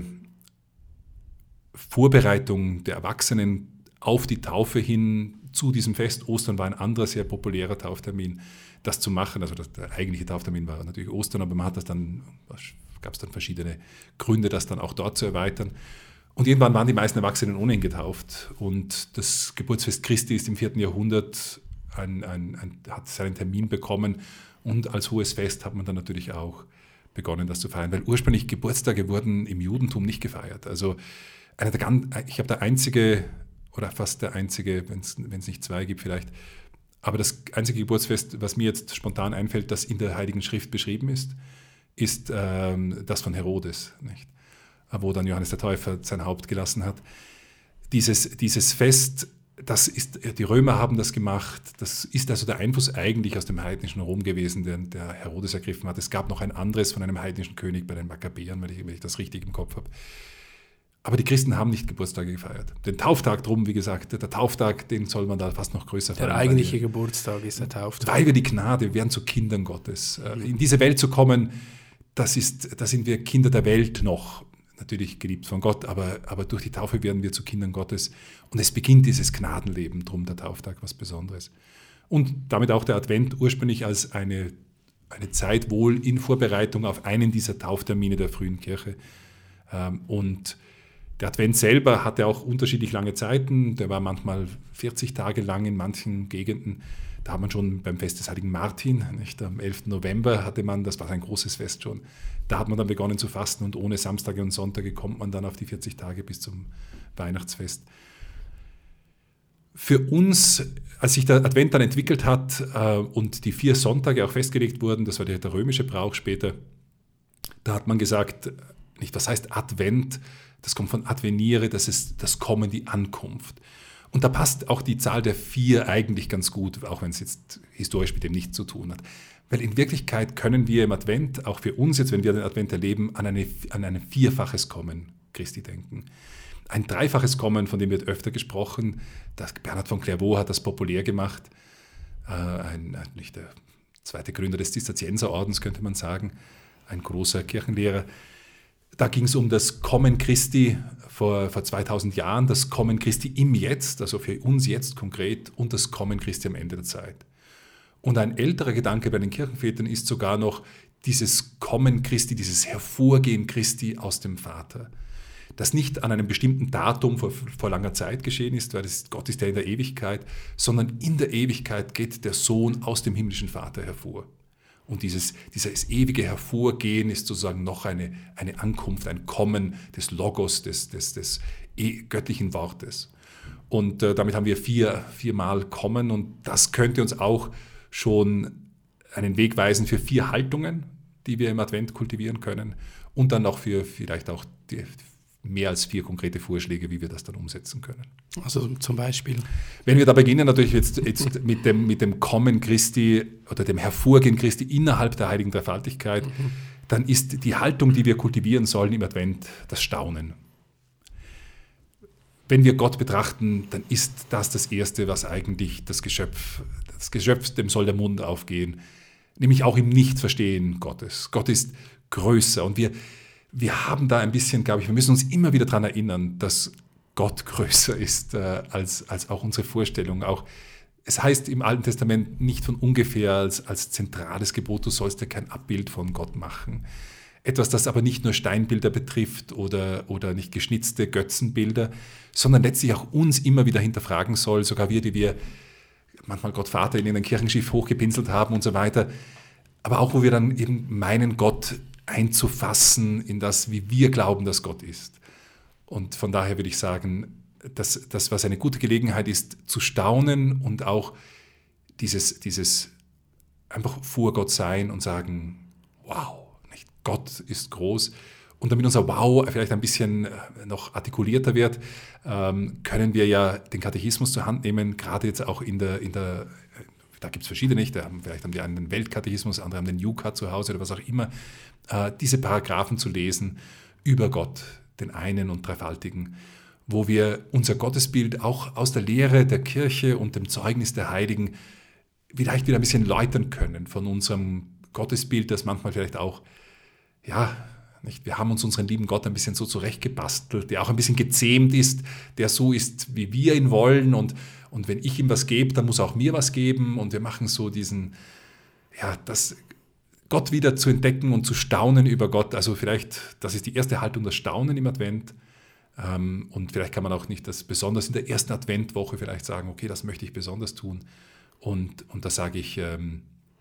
Vorbereitung der Erwachsenen auf die Taufe hin zu diesem Fest. Ostern war ein anderer sehr populärer Tauftermin, das zu machen. Also das, der eigentliche Tauftermin war natürlich Ostern, aber man hat das dann, gab es dann verschiedene Gründe, das dann auch dort zu erweitern. Und irgendwann waren die meisten Erwachsenen ohnehin getauft. Und das Geburtsfest Christi ist im vierten Jahrhundert, ein, ein, ein, hat seinen Termin bekommen. Und als hohes Fest hat man dann natürlich auch begonnen, das zu feiern. Weil ursprünglich Geburtstage wurden im Judentum nicht gefeiert. Also einer der ganz, ich habe der einzige, oder fast der einzige, wenn es nicht zwei gibt vielleicht, aber das einzige Geburtsfest, was mir jetzt spontan einfällt, das in der Heiligen Schrift beschrieben ist, ist ähm, das von Herodes, nicht? Wo dann Johannes der Täufer sein Haupt gelassen hat. Dieses, dieses Fest, das ist, die Römer haben das gemacht, das ist also der Einfluss eigentlich aus dem heidnischen Rom gewesen, den der Herodes ergriffen hat. Es gab noch ein anderes von einem heidnischen König bei den Makkabäern, wenn ich, wenn ich das richtig im Kopf habe. Aber die Christen haben nicht Geburtstage gefeiert. Den Tauftag drum, wie gesagt, der Tauftag, den soll man da fast noch größer feiern. Der eigentliche Geburtstag ist der Tauftag. Weil wir die Gnade, wir werden zu Kindern Gottes. In diese Welt zu kommen, das ist, da sind wir Kinder der Welt noch, natürlich geliebt von Gott, aber, aber durch die Taufe werden wir zu Kindern Gottes. Und es beginnt dieses Gnadenleben, drum der Tauftag was Besonderes. Und damit auch der Advent ursprünglich als eine, eine Zeit wohl in Vorbereitung auf einen dieser Tauftermine der frühen Kirche. Und der Advent selber hatte auch unterschiedlich lange Zeiten. Der war manchmal vierzig Tage lang in manchen Gegenden. Da hat man schon beim Fest des Heiligen Martin, nicht? Am elften November hatte man, das war ein großes Fest schon, da hat man dann begonnen zu fasten und ohne Samstage und Sonntage kommt man dann auf die vierzig Tage bis zum Weihnachtsfest. Für uns, als sich der Advent dann entwickelt hat äh, und die vier Sonntage auch festgelegt wurden, das war der, der römische Brauch später, da hat man gesagt, nicht, was heißt Advent? Das kommt von adveniere, das ist das Kommen, die Ankunft. Und da passt auch die Zahl der vier eigentlich ganz gut, auch wenn es jetzt historisch mit dem nichts zu tun hat. Weil in Wirklichkeit können wir im Advent, auch für uns jetzt, wenn wir den Advent erleben, an, eine, an ein vierfaches Kommen Christi denken. Ein dreifaches Kommen, von dem wird öfter gesprochen, das Bernhard von Clairvaux hat das populär gemacht, äh, ein, nicht der zweite Gründer des Zisterzienserordens, könnte man sagen, ein großer Kirchenlehrer. Da ging es um das Kommen Christi vor, vor zweitausend Jahren, das Kommen Christi im Jetzt, also für uns jetzt konkret, und das Kommen Christi am Ende der Zeit. Und ein älterer Gedanke bei den Kirchenvätern ist sogar noch dieses Kommen Christi, dieses Hervorgehen Christi aus dem Vater, das nicht an einem bestimmten Datum vor, vor langer Zeit geschehen ist, weil das, Gott ist ja in der Ewigkeit, sondern in der Ewigkeit geht der Sohn aus dem himmlischen Vater hervor. Und dieses, dieses ewige Hervorgehen ist sozusagen noch eine, eine Ankunft, ein Kommen des Logos, des, des, des göttlichen Wortes. Und äh, damit haben wir vier, viermal Kommen und das könnte uns auch schon einen Weg weisen für vier Haltungen, die wir im Advent kultivieren können und dann auch für vielleicht auch die, mehr als vier konkrete Vorschläge, wie wir das dann umsetzen können. Also zum Beispiel? Wenn wir da beginnen, natürlich jetzt, jetzt mit, dem, mit dem Kommen Christi oder dem Hervorgehen Christi innerhalb der heiligen Dreifaltigkeit, mhm. dann ist die Haltung, die wir kultivieren sollen im Advent, das Staunen. Wenn wir Gott betrachten, dann ist das das Erste, was eigentlich das Geschöpf, das Geschöpf, dem soll der Mund aufgehen, nämlich auch im Nichtverstehen Gottes. Gott ist größer und wir Wir haben da ein bisschen, glaube ich, wir müssen uns immer wieder daran erinnern, dass Gott größer ist äh, als, als auch unsere Vorstellung. Auch, es heißt im Alten Testament nicht von ungefähr als, als zentrales Gebot, du sollst dir kein Abbild von Gott machen. Etwas, das aber nicht nur Steinbilder betrifft oder, oder nicht geschnitzte Götzenbilder, sondern letztlich auch uns immer wieder hinterfragen soll, sogar wir, die wir manchmal Gott Vater in ein Kirchenschiff hochgepinselt haben und so weiter, aber auch wo wir dann eben meinen, Gott einzufassen in das, wie wir glauben, dass Gott ist. Und von daher würde ich sagen, dass das, was eine gute Gelegenheit ist, zu staunen und auch dieses, dieses einfach vor Gott sein und sagen, wow, nicht? Gott ist groß. Und damit unser Wow vielleicht ein bisschen noch artikulierter wird, können wir ja den Katechismus zur Hand nehmen, gerade jetzt auch in der, in der da gibt es verschiedene, nicht? Vielleicht haben die einen den Weltkatechismus, andere haben den Jukat zu Hause oder was auch immer, diese Paragraphen zu lesen über Gott, den einen und Dreifaltigen, wo wir unser Gottesbild auch aus der Lehre der Kirche und dem Zeugnis der Heiligen vielleicht wieder ein bisschen läutern können von unserem Gottesbild, das manchmal vielleicht auch, ja, nicht, wir haben uns unseren lieben Gott ein bisschen so zurechtgebastelt, der auch ein bisschen gezähmt ist, der so ist, wie wir ihn wollen und, und wenn ich ihm was gebe, dann muss er auch mir was geben und wir machen so diesen, ja, das Gott wieder zu entdecken und zu staunen über Gott. Also vielleicht, das ist die erste Haltung, das Staunen im Advent. Und vielleicht kann man auch nicht das besonders in der ersten Adventwoche vielleicht sagen, okay, das möchte ich besonders tun. Und, und da sage ich ähm,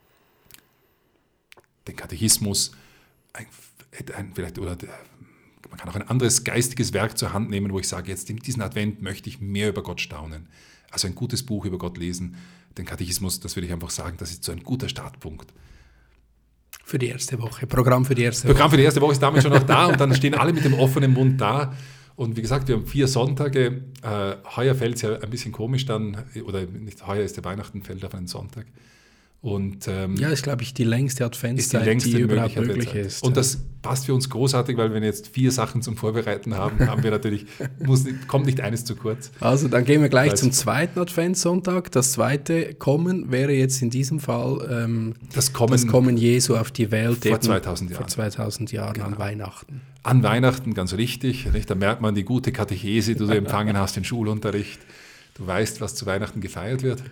den Katechismus, ein, ein, vielleicht, oder der, man kann auch ein anderes geistiges Werk zur Hand nehmen, wo ich sage, jetzt in diesem Advent möchte ich mehr über Gott staunen. Also ein gutes Buch über Gott lesen. Den Katechismus, das würde ich einfach sagen, das ist so ein guter Startpunkt. Für die erste Woche, Programm für die erste Programm Woche. für die erste Woche ist damit schon noch da und dann stehen alle mit dem offenen Mund da. Und wie gesagt, wir haben vier Sonntage. Äh, heuer fällt es ja ein bisschen komisch dann, oder nicht heuer ist der Weihnachten, fällt auf einen Sonntag. Und, ähm, ja, ist, glaube ich, die längste Adventszeit, die, längste die überhaupt möglich ist. Und das passt für uns großartig, weil wenn wir jetzt vier Sachen zum Vorbereiten haben, haben wir natürlich, muss, kommt nicht eines zu kurz. Also dann gehen wir gleich Weiß zum zweiten Adventssonntag. Das zweite Kommen wäre jetzt in diesem Fall ähm, das, Kommen das Kommen Jesu auf die Welt. Vor zweitausend Jahren. Vor zweitausend Jahren genau. An Weihnachten. An Weihnachten, ganz richtig. Nicht? Da merkt man die gute Katechese, die du empfangen hast, den Schulunterricht. Du weißt, was zu Weihnachten gefeiert wird.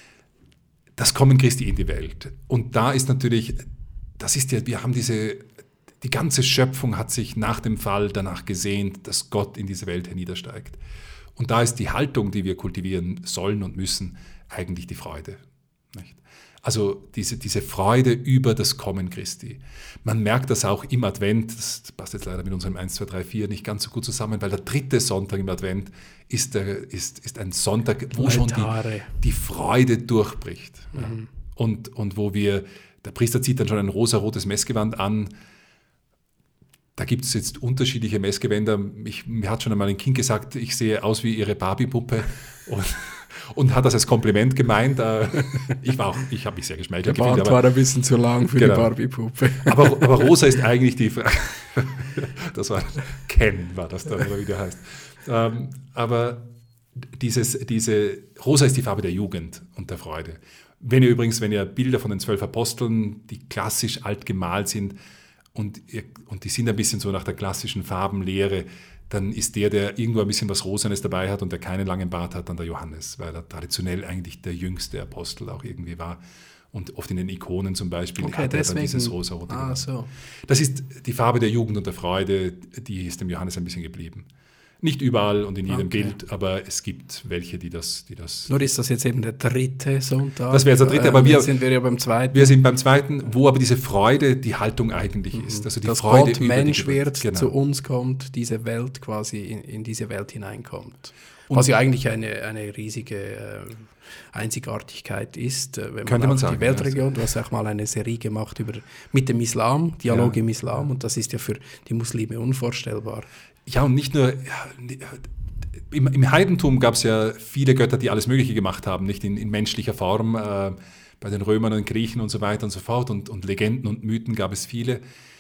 Das Kommen Christi in die Welt. Und da ist natürlich, das ist ja, wir haben diese, die ganze Schöpfung hat sich nach dem Fall danach gesehnt, dass Gott in diese Welt herniedersteigt. Und da ist die Haltung, die wir kultivieren sollen und müssen, eigentlich die Freude. Nicht? Also diese, diese Freude über das Kommen Christi. Man merkt das auch im Advent, das passt jetzt leider mit unserem eins, zwei, drei, vier nicht ganz so gut zusammen, weil der dritte Sonntag im Advent ist, der, ist, ist ein Sonntag, wo schon die, die Freude durchbricht. Mhm. Ja. Und, und wo wir, der Priester zieht dann schon ein rosarotes Messgewand an. Da gibt es jetzt unterschiedliche Messgewänder. Ich, mir hat schon einmal ein Kind gesagt, ich sehe aus wie ihre Barbie-Puppe. Und Und hat das als Kompliment gemeint. Ich war auch, ich habe mich sehr geschmeichelt gefühlt. Der Bart war ein bisschen zu lang für genau. die Barbie-Puppe. Aber, aber Rosa ist eigentlich die, das war, Ken war das dann, oder wie der heißt. Aber dieses, diese, Rosa ist die Farbe der Jugend und der Freude. Wenn ihr übrigens, wenn ihr Bilder von den zwölf Aposteln, die klassisch alt gemalt sind und, ihr, und die sind ein bisschen so nach der klassischen Farbenlehre, dann ist der, der irgendwo ein bisschen was Rosanes dabei hat und der keinen langen Bart hat, dann der Johannes, weil er traditionell eigentlich der jüngste Apostel auch irgendwie war. Und oft in den Ikonen zum Beispiel okay, hat er dann dieses rosarote. Ah, so. Das ist die Farbe der Jugend und der Freude, die ist dem Johannes ein bisschen geblieben. Nicht überall und in jedem okay. Bild, aber es gibt welche, die das, die das... Nur ist das jetzt eben der dritte Sonntag. Das wäre jetzt der dritte, aber ähm, wir... sind wir ja beim zweiten. Wir sind beim zweiten, wo aber diese Freude die Haltung eigentlich mhm. ist. Also die Dass Freude Gott über Mensch die wird, genau. zu uns kommt, diese Welt quasi in, in diese Welt hineinkommt. Und was ja eigentlich eine, eine riesige äh, Einzigartigkeit ist, äh, wenn man, man sagen, die Weltregion, ja, du hast auch mal eine Serie gemacht über, mit dem Islam, Dialog ja. im Islam, und das ist ja für die Muslime unvorstellbar. Ja, und nicht nur... Ja, Im, Im Heidentum gab es ja viele Götter, die alles Mögliche gemacht haben, nicht in, in menschlicher Form, äh, bei den Römern und Griechen und so weiter und so fort. Und, und Legenden und Mythen gab es viele.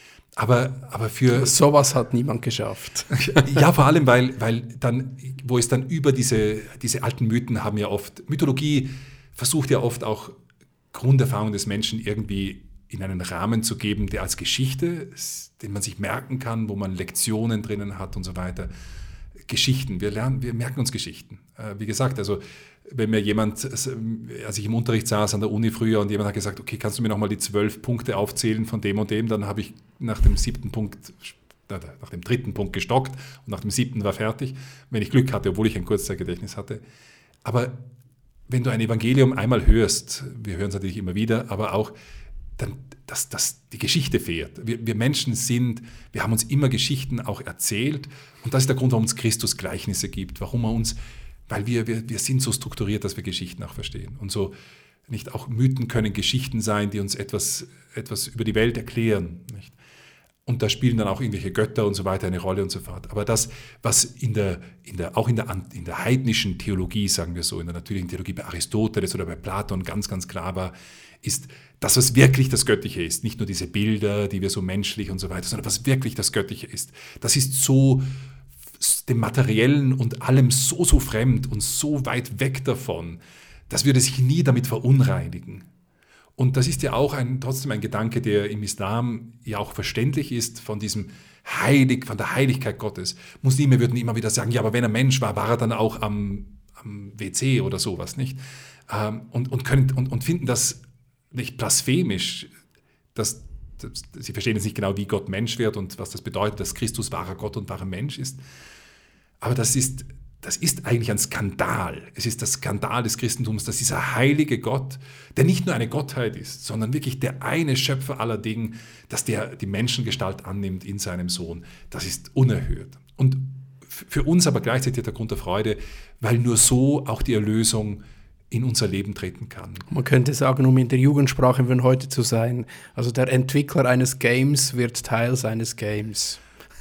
Aber, aber für... Sowas hat niemand geschafft. Ja, vor allem, weil, weil dann, wo es dann über diese, diese alten Mythen haben ja oft... Mythologie versucht ja oft auch Grunderfahrungen des Menschen irgendwie in einen Rahmen zu geben, der als Geschichte, den man sich merken kann, wo man Lektionen drinnen hat und so weiter. Geschichten, wir lernen, wir merken uns Geschichten. Äh, wie gesagt, also wenn mir jemand, als ich im Unterricht saß an der Uni früher und jemand hat gesagt, okay, kannst du mir nochmal die zwölf Punkte aufzählen von dem und dem, dann habe ich nach dem siebten Punkt, nach dem dritten Punkt gestockt und nach dem siebten war fertig, wenn ich Glück hatte, obwohl ich ein Kurzzeitgedächtnis hatte. Aber wenn du ein Evangelium einmal hörst, wir hören es natürlich immer wieder, aber auch dann, dass, dass die Geschichte fährt. Wir, wir Menschen sind, wir haben uns immer Geschichten auch erzählt und das ist der Grund, warum es Christus Gleichnisse gibt, warum er uns, weil wir, wir, wir sind so strukturiert, dass wir Geschichten auch verstehen. Und so, nicht auch Mythen können Geschichten sein, die uns etwas, etwas über die Welt erklären. Nicht? Und da spielen dann auch irgendwelche Götter und so weiter eine Rolle und so fort. Aber das, was in der, in der, auch in der, in der heidnischen Theologie, sagen wir so, in der natürlichen Theologie bei Aristoteles oder bei Platon ganz, ganz klar war, ist das, was wirklich das Göttliche ist. Nicht nur diese Bilder, die wir so menschlich und so weiter, sondern was wirklich das Göttliche ist. Das ist so dem Materiellen und allem so, so fremd und so weit weg davon, das würde sich nie damit verunreinigen. Und das ist ja auch ein, trotzdem ein Gedanke, der im Islam ja auch verständlich ist, von diesem Heilig, von der Heiligkeit Gottes. Muslime würden immer wieder sagen, ja, aber wenn er Mensch war, war er dann auch am, am W C oder sowas, nicht? Und, und, können, und, und finden das nicht blasphemisch, dass, dass sie verstehen jetzt nicht genau, wie Gott Mensch wird und was das bedeutet, dass Christus wahrer Gott und wahrer Mensch ist. Aber das ist, das ist eigentlich ein Skandal. Es ist der Skandal des Christentums, dass dieser heilige Gott, der nicht nur eine Gottheit ist, sondern wirklich der eine Schöpfer aller Dinge, dass der die Menschengestalt annimmt in seinem Sohn. Das ist unerhört. Und für uns aber gleichzeitig der Grund der Freude, weil nur so auch die Erlösung in unser Leben treten kann. Man könnte sagen, um in der Jugendsprache von heute zu sein, also der Entwickler eines Games wird Teil seines Games.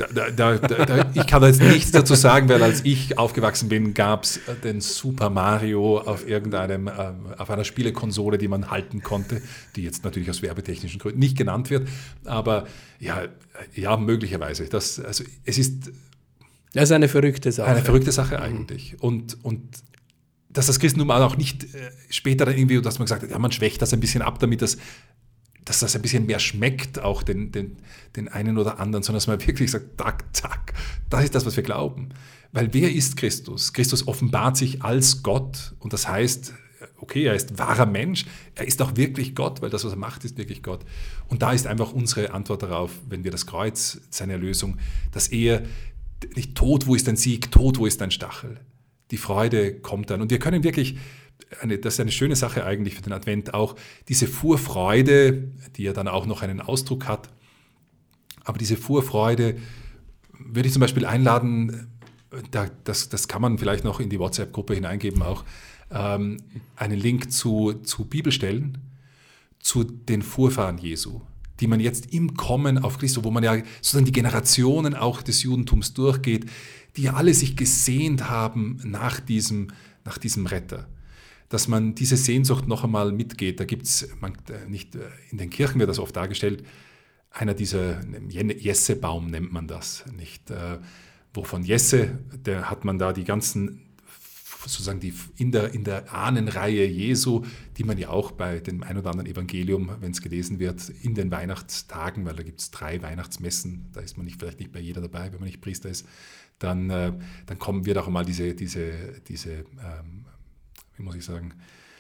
Da, da, da, da, ich kann da jetzt nichts dazu sagen, weil als ich aufgewachsen bin, gab es den Super Mario auf irgendeinem, äh, auf einer Spielekonsole, die man halten konnte, die jetzt natürlich aus werbetechnischen Gründen nicht genannt wird. Aber ja, ja möglicherweise. Das, also es ist, das ist eine verrückte Sache. Eine verrückte Sache eigentlich. Und, und dass das Christentum auch nicht äh, später dann irgendwie, dass man gesagt hat, ja, man schwächt das ein bisschen ab, damit das dass das ein bisschen mehr schmeckt, auch den, den, den einen oder anderen, sondern dass man wirklich sagt, zack, zack, das ist das, was wir glauben. Weil wer ist Christus? Christus offenbart sich als Gott und das heißt, okay, er ist wahrer Mensch, er ist auch wirklich Gott, weil das, was er macht, ist wirklich Gott. Und da ist einfach unsere Antwort darauf, wenn wir das Kreuz, seine Erlösung, dass er nicht Tod, wo ist dein Sieg, Tod, wo ist dein Stachel? Die Freude kommt dann und wir können wirklich Eine, das ist eine schöne Sache eigentlich für den Advent, auch diese Vorfreude, die ja dann auch noch einen Ausdruck hat. Aber diese Vorfreude würde ich zum Beispiel einladen, da, das, das kann man vielleicht noch in die WhatsApp-Gruppe hineingeben auch, ähm, einen Link zu, zu Bibelstellen, zu den Vorfahren Jesu, die man jetzt im Kommen auf Christus, wo man ja sozusagen die Generationen auch des Judentums durchgeht, die ja alle sich gesehnt haben nach diesem, nach diesem Retter. Dass man diese Sehnsucht noch einmal mitgeht. Da gibt es, nicht in den Kirchen wird das oft dargestellt, einer dieser, Jesse-Baum nennt man das, nicht? Wovon Jesse, der hat man da die ganzen, sozusagen die in der, in der Ahnenreihe Jesu, die man ja auch bei dem ein oder anderen Evangelium, wenn es gelesen wird, in den Weihnachtstagen, weil da gibt es drei Weihnachtsmessen, da ist man nicht, vielleicht nicht bei jeder dabei, wenn man nicht Priester ist, dann, dann kommen wir doch einmal diese, diese, diese ähm, wie muss ich sagen,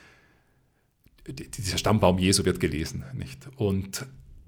dieser Stammbaum Jesu wird gelesen. Nicht? Und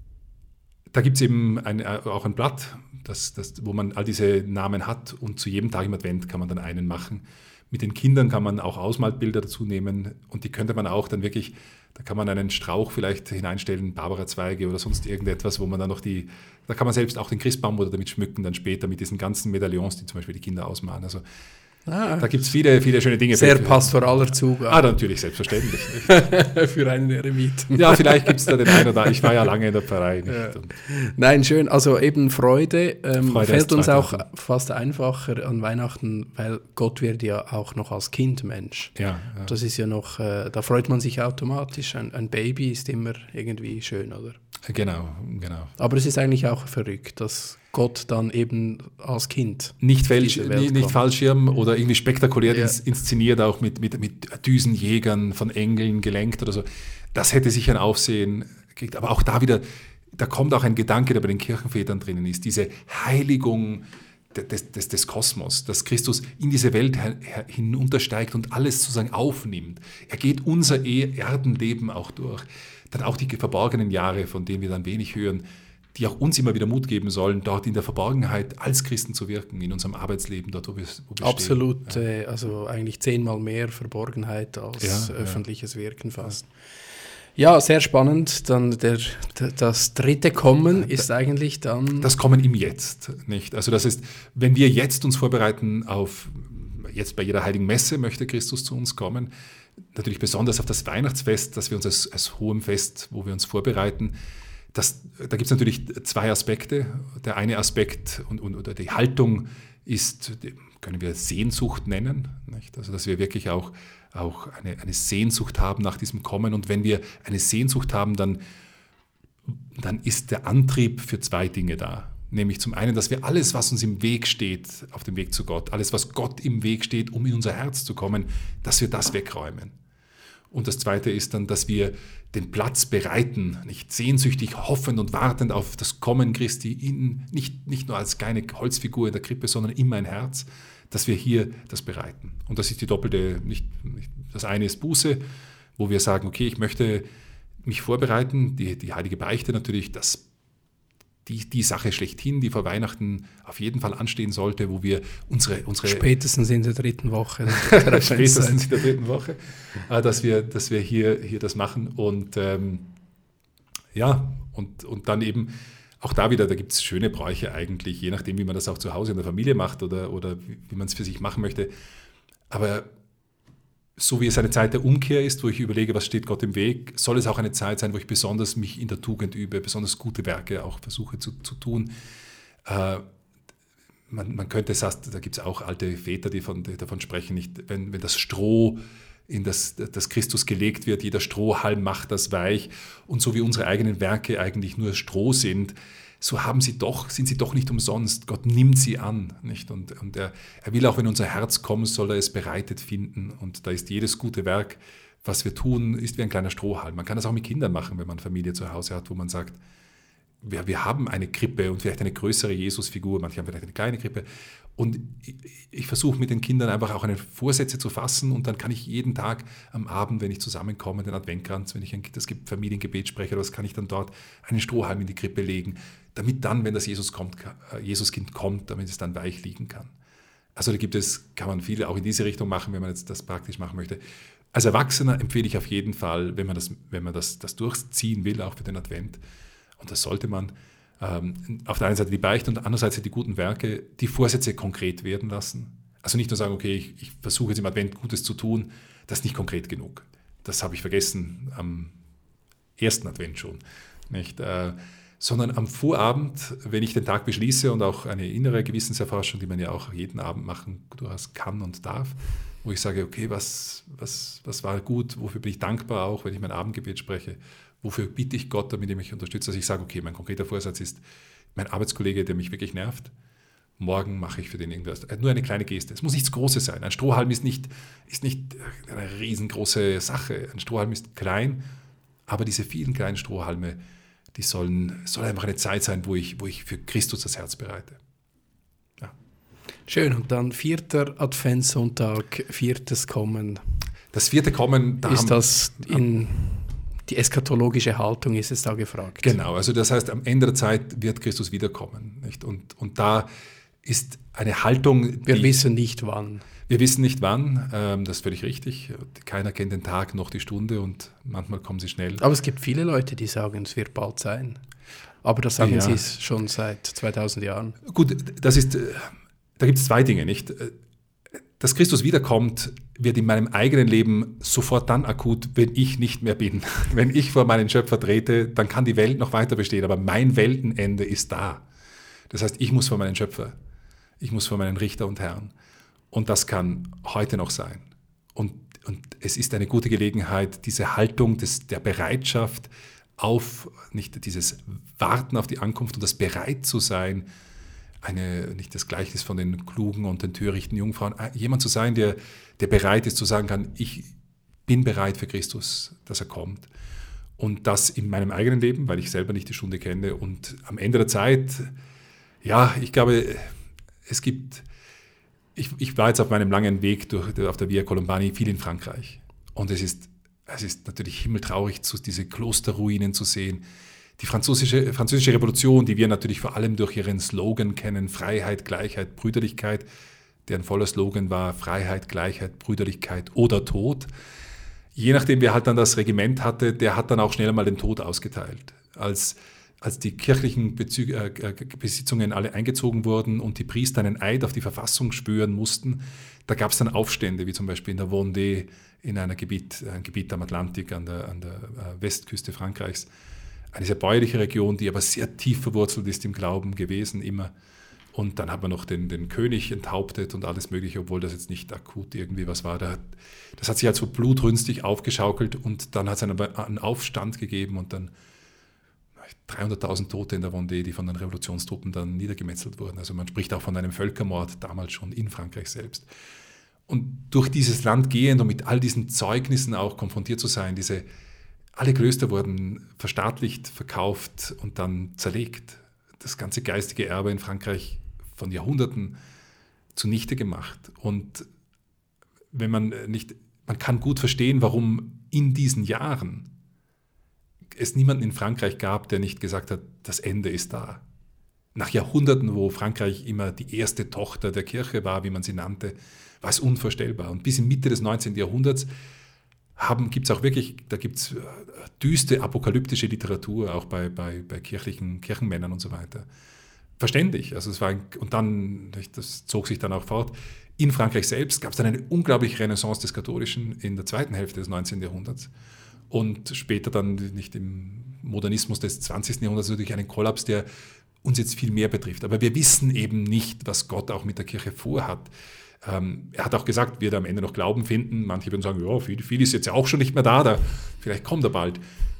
da gibt es eben ein, auch ein Blatt, das, das, wo man all diese Namen hat und zu jedem Tag im Advent kann man dann einen machen. Mit den Kindern kann man auch Ausmalbilder dazu nehmen und die könnte man auch dann wirklich, da kann man einen Strauch vielleicht hineinstellen, Barbara-Zweige oder sonst irgendetwas, wo man dann noch die, da kann man selbst auch den Christbaum oder damit schmücken, dann später mit diesen ganzen Medaillons, die zum Beispiel die Kinder ausmalen. Also Ah, da gibt es viele, viele schöne Dinge. Sehr pastoraler Zugang. Ah, natürlich, selbstverständlich. Für einen Eremiten. Ja, vielleicht gibt es da den einen oder anderen. Ich war ja lange in der Pfarrei. Nicht? Ja. Nein, schön. Also eben Freude, ähm, Freude fällt uns auch Tage. fast einfacher an Weihnachten, weil Gott wird ja auch noch als Kind Mensch. Ja, ja. Das ist ja noch, äh, da freut man sich automatisch. Ein, ein Baby ist immer irgendwie schön, oder? Genau, genau. Aber es ist eigentlich auch verrückt, dass Gott dann eben als Kind nicht, Fälsch, nicht, nicht Fallschirm oder irgendwie spektakulär ja. inszeniert, auch mit, mit, mit Düsenjägern von Engeln gelenkt oder so. Das hätte sicher ein Aufsehen gekriegt. Aber auch da wieder, da kommt auch ein Gedanke, der bei den Kirchenvätern drinnen ist, diese Heiligung des, des, des Kosmos, dass Christus in diese Welt hinuntersteigt und alles sozusagen aufnimmt. Er geht unser Erdenleben auch durch. Dann auch die verborgenen Jahre, von denen wir dann wenig hören, die auch uns immer wieder Mut geben sollen, dort in der Verborgenheit als Christen zu wirken, in unserem Arbeitsleben, dort, wo wir, wo wir Absolut, stehen. Absolut, ja. Also eigentlich zehnmal mehr Verborgenheit als ja, öffentliches ja. Wirken fast. Ja. ja, sehr spannend. Dann der, das dritte Kommen ist eigentlich dann... Das Kommen im Jetzt, nicht? Also das ist, wenn wir jetzt uns vorbereiten auf, jetzt bei jeder Heiligen Messe möchte Christus zu uns kommen, natürlich besonders auf das Weihnachtsfest, das wir uns als, als hohem Fest, wo wir uns vorbereiten. Das, da gibt es natürlich zwei Aspekte. Der eine Aspekt und, und, oder die Haltung ist, die können wir Sehnsucht nennen. Nicht? Also dass wir wirklich auch, auch eine, eine Sehnsucht haben nach diesem Kommen. Und wenn wir eine Sehnsucht haben, dann, dann ist der Antrieb für zwei Dinge da. Nämlich zum einen, dass wir alles, was uns im Weg steht, auf dem Weg zu Gott, alles, was Gott im Weg steht, um in unser Herz zu kommen, dass wir das wegräumen. Und das Zweite ist dann, dass wir den Platz bereiten, nicht sehnsüchtig, hoffend und wartend auf das Kommen Christi, in, nicht, nicht nur als kleine Holzfigur in der Krippe, sondern in mein Herz, dass wir hier das bereiten. Und das ist die doppelte, nicht, nicht das eine ist Buße, wo wir sagen, okay, ich möchte mich vorbereiten, die, die heilige Beichte natürlich, das Die, die Sache schlechthin, die vor Weihnachten auf jeden Fall anstehen sollte, wo wir unsere... unsere Spätestens in der dritten Woche. Spätestens in der dritten Woche, dass wir, dass wir hier, hier das machen. Und ähm, ja, und, und dann eben auch da wieder, da gibt es schöne Bräuche eigentlich, je nachdem, wie man das auch zu Hause in der Familie macht oder, oder wie, wie man es für sich machen möchte. Aber so wie es eine Zeit der Umkehr ist, wo ich überlege, was steht Gott im Weg, soll es auch eine Zeit sein, wo ich besonders mich in der Tugend übe, besonders gute Werke auch versuche zu, zu tun. Äh, man, man könnte, da gibt es auch alte Väter, die, von, die davon sprechen, nicht, wenn, wenn das Stroh in das, das Christus gelegt wird, jeder Strohhalm macht das weich. Und so wie unsere eigenen Werke eigentlich nur Stroh sind, so haben sie doch, sind sie doch nicht umsonst. Gott nimmt sie an. Nicht? Und, und er, er will auch, wenn unser Herz kommt, soll er es bereitet finden. Und da ist jedes gute Werk, was wir tun, ist wie ein kleiner Strohhalm. Man kann das auch mit Kindern machen, wenn man Familie zu Hause hat, wo man sagt, wir, wir haben eine Krippe und vielleicht eine größere Jesusfigur, manche haben vielleicht eine kleine Krippe. Und ich, ich versuche mit den Kindern einfach auch eine Vorsätze zu fassen und dann kann ich jeden Tag am Abend, wenn ich zusammenkomme, den Adventkranz, wenn ich ein, das Familiengebet spreche, das kann ich dann dort einen Strohhalm in die Krippe legen, damit dann, wenn das Jesus kommt, Jesuskind kommt, damit es dann weich liegen kann. Also da gibt es, kann man viel auch in diese Richtung machen, wenn man jetzt das praktisch machen möchte. Als Erwachsener empfehle ich auf jeden Fall, wenn man das, wenn man das, das durchziehen will, auch für den Advent, und das sollte man, ähm, auf der einen Seite die Beichte und andererseits die guten Werke, die Vorsätze konkret werden lassen. Also nicht nur sagen, okay, ich, ich versuche jetzt im Advent Gutes zu tun, das ist nicht konkret genug. Das habe ich vergessen am ersten Advent schon. Nicht? Äh, sondern am Vorabend, wenn ich den Tag beschließe und auch eine innere Gewissenserforschung, die man ja auch jeden Abend machen durchaus kann und darf, wo ich sage, okay, was, was, was war gut, wofür bin ich dankbar auch, wenn ich mein Abendgebet spreche, wofür bitte ich Gott, damit er mich unterstützt, dass ich sage, okay, mein konkreter Vorsatz ist, mein Arbeitskollege, der mich wirklich nervt, morgen mache ich für den irgendwas. Nur eine kleine Geste. Es muss nichts Großes sein. Ein Strohhalm ist nicht, ist nicht eine riesengroße Sache. Ein Strohhalm ist klein, aber diese vielen kleinen Strohhalme, die sollen, soll einfach eine Zeit sein, wo ich, wo ich für Christus das Herz bereite. Ja. Schön, und dann vierter Adventssonntag, viertes Kommen. Das vierte Kommen, da ist haben, das in die eschatologische Haltung, ist es da gefragt. Genau, also das heißt, am Ende der Zeit wird Christus wiederkommen. Nicht? Und, und da ist eine Haltung, Wir die, wissen nicht wann. Wir wissen nicht wann, ähm, das ist völlig richtig. Keiner kennt den Tag noch die Stunde und manchmal kommen sie schnell. Aber es gibt viele Leute, die sagen, es wird bald sein. Aber das sagen ja. sie schon seit zweitausend Jahren. Gut, das ist, da gibt es zwei Dinge, nicht? Dass Christus wiederkommt, wird in meinem eigenen Leben sofort dann akut, wenn ich nicht mehr bin. Wenn ich vor meinen Schöpfer trete, dann kann die Welt noch weiter bestehen, aber mein Weltenende ist da. Das heißt, ich muss vor meinen Schöpfer, ich muss vor meinen Richter und Herrn. Und das kann heute noch sein. Und, und es ist eine gute Gelegenheit, diese Haltung des, der Bereitschaft auf, nicht dieses Warten auf die Ankunft und das bereit zu sein, eine, nicht das Gleichnis von den klugen und den törichten Jungfrauen, jemand zu sein, der, der bereit ist zu sagen kann, ich bin bereit für Christus, dass er kommt. Und das in meinem eigenen Leben, weil ich selber nicht die Stunde kenne. Und am Ende der Zeit, ja, ich glaube, es gibt, ich, ich war jetzt auf meinem langen Weg durch, auf der Via Colombani viel in Frankreich. Und es ist, es ist natürlich himmeltraurig, diese Klosterruinen zu sehen. Die französische, französische Revolution, die wir natürlich vor allem durch ihren Slogan kennen, Freiheit, Gleichheit, Brüderlichkeit, deren voller Slogan war Freiheit, Gleichheit, Brüderlichkeit oder Tod. Je nachdem, wer halt dann das Regiment hatte, der hat dann auch schnell mal den Tod ausgeteilt. Als, als die kirchlichen Bezü- äh, Besitzungen alle eingezogen wurden und die Priester einen Eid auf die Verfassung schwören mussten, da gab es dann Aufstände, wie zum Beispiel in der Vendée, in einem Gebiet, ein Gebiet am Atlantik, an der, an der Westküste Frankreichs. Eine sehr bäuerliche Region, die aber sehr tief verwurzelt ist im Glauben gewesen, immer. Und dann hat man noch den, den König enthauptet und alles Mögliche, obwohl das jetzt nicht akut irgendwie was war. Das hat sich halt so blutrünstig aufgeschaukelt und dann hat es einen, einen Aufstand gegeben und dann dreihunderttausend Tote in der Vendée, die von den Revolutionstruppen dann niedergemetzelt wurden. Also man spricht auch von einem Völkermord, damals schon in Frankreich selbst. Und durch dieses Land gehend und mit all diesen Zeugnissen auch konfrontiert zu sein, diese alle Klöster wurden verstaatlicht, verkauft und dann zerlegt. Das ganze geistige Erbe in Frankreich von Jahrhunderten zunichte gemacht. Und wenn man nicht, man kann gut verstehen, warum in diesen Jahren es niemanden in Frankreich gab, der nicht gesagt hat, das Ende ist da. Nach Jahrhunderten, wo Frankreich immer die erste Tochter der Kirche war, wie man sie nannte, war es unvorstellbar. Und bis in Mitte des neunzehnten Jahrhunderts gibt es auch wirklich, da gibt es düste apokalyptische Literatur, auch bei, bei, bei kirchlichen Kirchenmännern und so weiter. Verständlich. Also es war ein, und dann, das zog sich dann auch fort. In Frankreich selbst gab es dann eine unglaubliche Renaissance des Katholischen in der zweiten Hälfte des neunzehnten Jahrhunderts. Und später dann nicht im Modernismus des zwanzigsten Jahrhunderts natürlich einen Kollaps, der uns jetzt viel mehr betrifft. Aber wir wissen eben nicht, was Gott auch mit der Kirche vorhat. Ähm, er hat auch gesagt, wird er am Ende noch Glauben finden. Manche würden sagen, ja, viel, viel ist jetzt ja auch schon nicht mehr da, da vielleicht kommt er bald.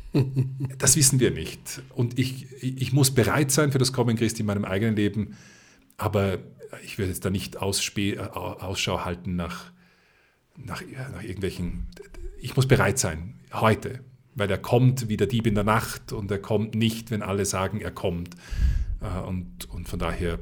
Das wissen wir nicht. Und ich, ich muss bereit sein für das Kommen Christi in meinem eigenen Leben, aber ich würde jetzt da nicht Ausspe- Ausschau halten nach, nach, nach irgendwelchen... Ich muss bereit sein, heute, weil er kommt wie der Dieb in der Nacht und er kommt nicht, wenn alle sagen, er kommt. Und, und von daher,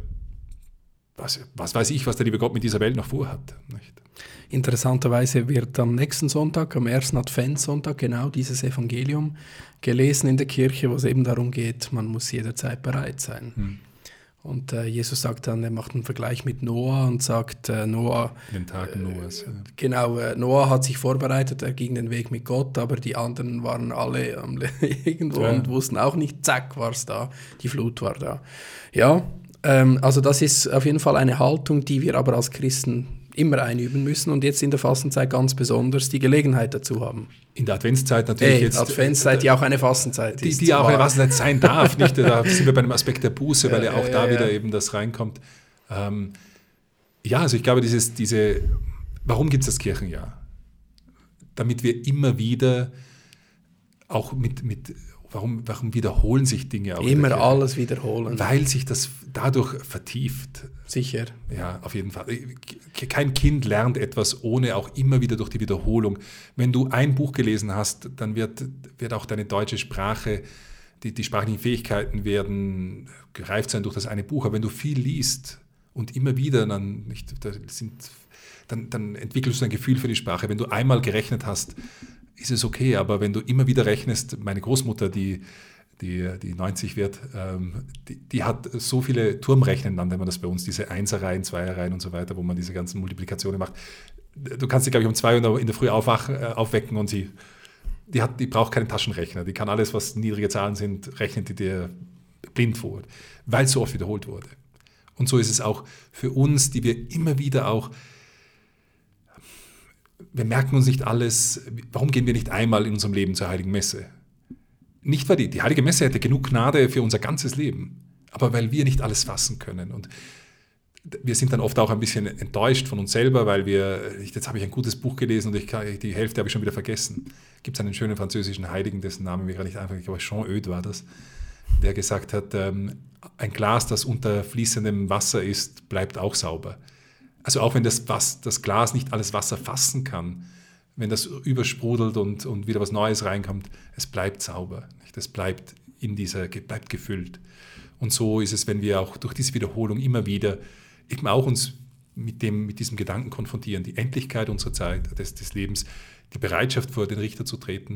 was, was weiß ich, was der liebe Gott mit dieser Welt noch vorhat. Nicht? Interessanterweise wird am nächsten Sonntag, am ersten Adventssonntag, genau dieses Evangelium gelesen in der Kirche, wo es eben darum geht, man muss jederzeit bereit sein. Hm. Und äh, Jesus sagt dann, er macht einen Vergleich mit Noah und sagt, äh, Noah... In den Tagen äh, Noahs. Ja. Genau, äh, Noah hat sich vorbereitet, er ging den Weg mit Gott, aber die anderen waren alle ähm, irgendwo ja. und wussten auch nicht, zack, war es da, die Flut war da. Ja, ähm, also das ist auf jeden Fall eine Haltung, die wir aber als Christen immer einüben müssen und jetzt in der Fastenzeit ganz besonders die Gelegenheit dazu haben. In der Adventszeit natürlich hey, jetzt. Adventszeit, die auch eine Fastenzeit die, ist. Die auch eine Fastenzeit sein darf. Nicht? Da sind wir bei einem Aspekt der Buße, weil ja auch da wieder eben das reinkommt. Ähm, ja, also ich glaube, dieses, diese, warum gibt es das Kirchenjahr? Damit wir immer wieder auch mit, mit warum, warum wiederholen sich Dinge auch? Immer alles wiederholen. Weil sich das dadurch vertieft. Sicher. Ja, auf jeden Fall. Kein Kind lernt etwas ohne auch immer wieder durch die Wiederholung. Wenn du ein Buch gelesen hast, dann wird, wird auch deine deutsche Sprache, die, die sprachlichen Fähigkeiten werden gereift sein durch das eine Buch. Aber wenn du viel liest und immer wieder, dann, nicht, da sind, dann, dann entwickelst du ein Gefühl für die Sprache. Wenn du einmal gerechnet hast, ist es okay. Aber wenn du immer wieder rechnest, meine Großmutter, die Die, die neunzig wird, ähm, die, die hat so viele Turmrechnen, dann, wenn man das bei uns, diese Einserreihen, Zweierreihen und so weiter, wo man diese ganzen Multiplikationen macht. Du kannst sie, glaube ich, um zwei Uhr in der Früh aufwach, äh, aufwecken und sie, die, hat, die braucht keinen Taschenrechner. Die kann alles, was niedrige Zahlen sind, rechnet die dir blind vor, weil es so oft wiederholt wurde. Und so ist es auch für uns, die wir immer wieder auch, wir merken uns nicht alles, warum gehen wir nicht einmal in unserem Leben zur Heiligen Messe? Nicht, weil die, die Heilige Messe hätte genug Gnade für unser ganzes Leben, aber weil wir nicht alles fassen können. Und wir sind dann oft auch ein bisschen enttäuscht von uns selber, weil wir, jetzt habe ich ein gutes Buch gelesen und ich kann, die Hälfte habe ich schon wieder vergessen. Gibt es einen schönen französischen Heiligen, dessen Name mir gerade nicht einfach, ich glaube Jean Eudes war das, der gesagt hat, ähm, ein Glas, das unter fließendem Wasser ist, bleibt auch sauber. Also auch wenn das, was, das Glas nicht alles Wasser fassen kann, wenn das übersprudelt und, und wieder was Neues reinkommt, es bleibt sauber. Nicht? Es bleibt in dieser, bleibt gefüllt. Und so ist es, wenn wir auch durch diese Wiederholung immer wieder eben auch uns mit, dem, mit diesem Gedanken konfrontieren, die Endlichkeit unserer Zeit, des, des Lebens, die Bereitschaft vor den Richter zu treten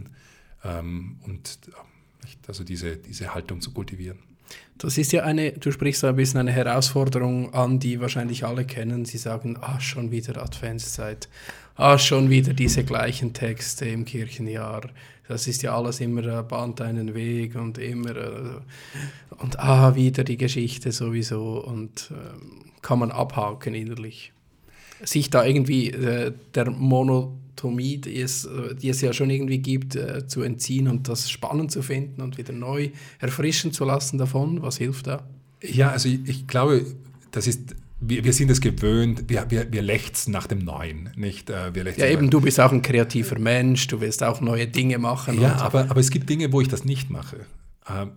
ähm, und nicht? Also diese, diese Haltung zu kultivieren. Das ist ja eine, du sprichst so ein bisschen eine Herausforderung an, die wahrscheinlich alle kennen. Sie sagen, ah, schon wieder Adventszeit, ah, schon wieder diese gleichen Texte im Kirchenjahr. Das ist ja alles immer, äh, bahnt einen Weg und immer, äh, und ah, wieder die Geschichte sowieso und äh, kann man abhaken innerlich. Sich da irgendwie äh, der Monotomie, die es, die es ja schon irgendwie gibt, äh, zu entziehen und das spannend zu finden und wieder neu erfrischen zu lassen davon. Was hilft da? Ja, also ich, ich glaube, das ist, wir, wir sind es gewöhnt, wir, wir, wir lechzen nach dem Neuen. Nicht, äh, wir ja, eben, du bist auch ein kreativer Mensch, du willst auch neue Dinge machen. Ja, aber, aber es gibt Dinge, wo ich das nicht mache. Ähm,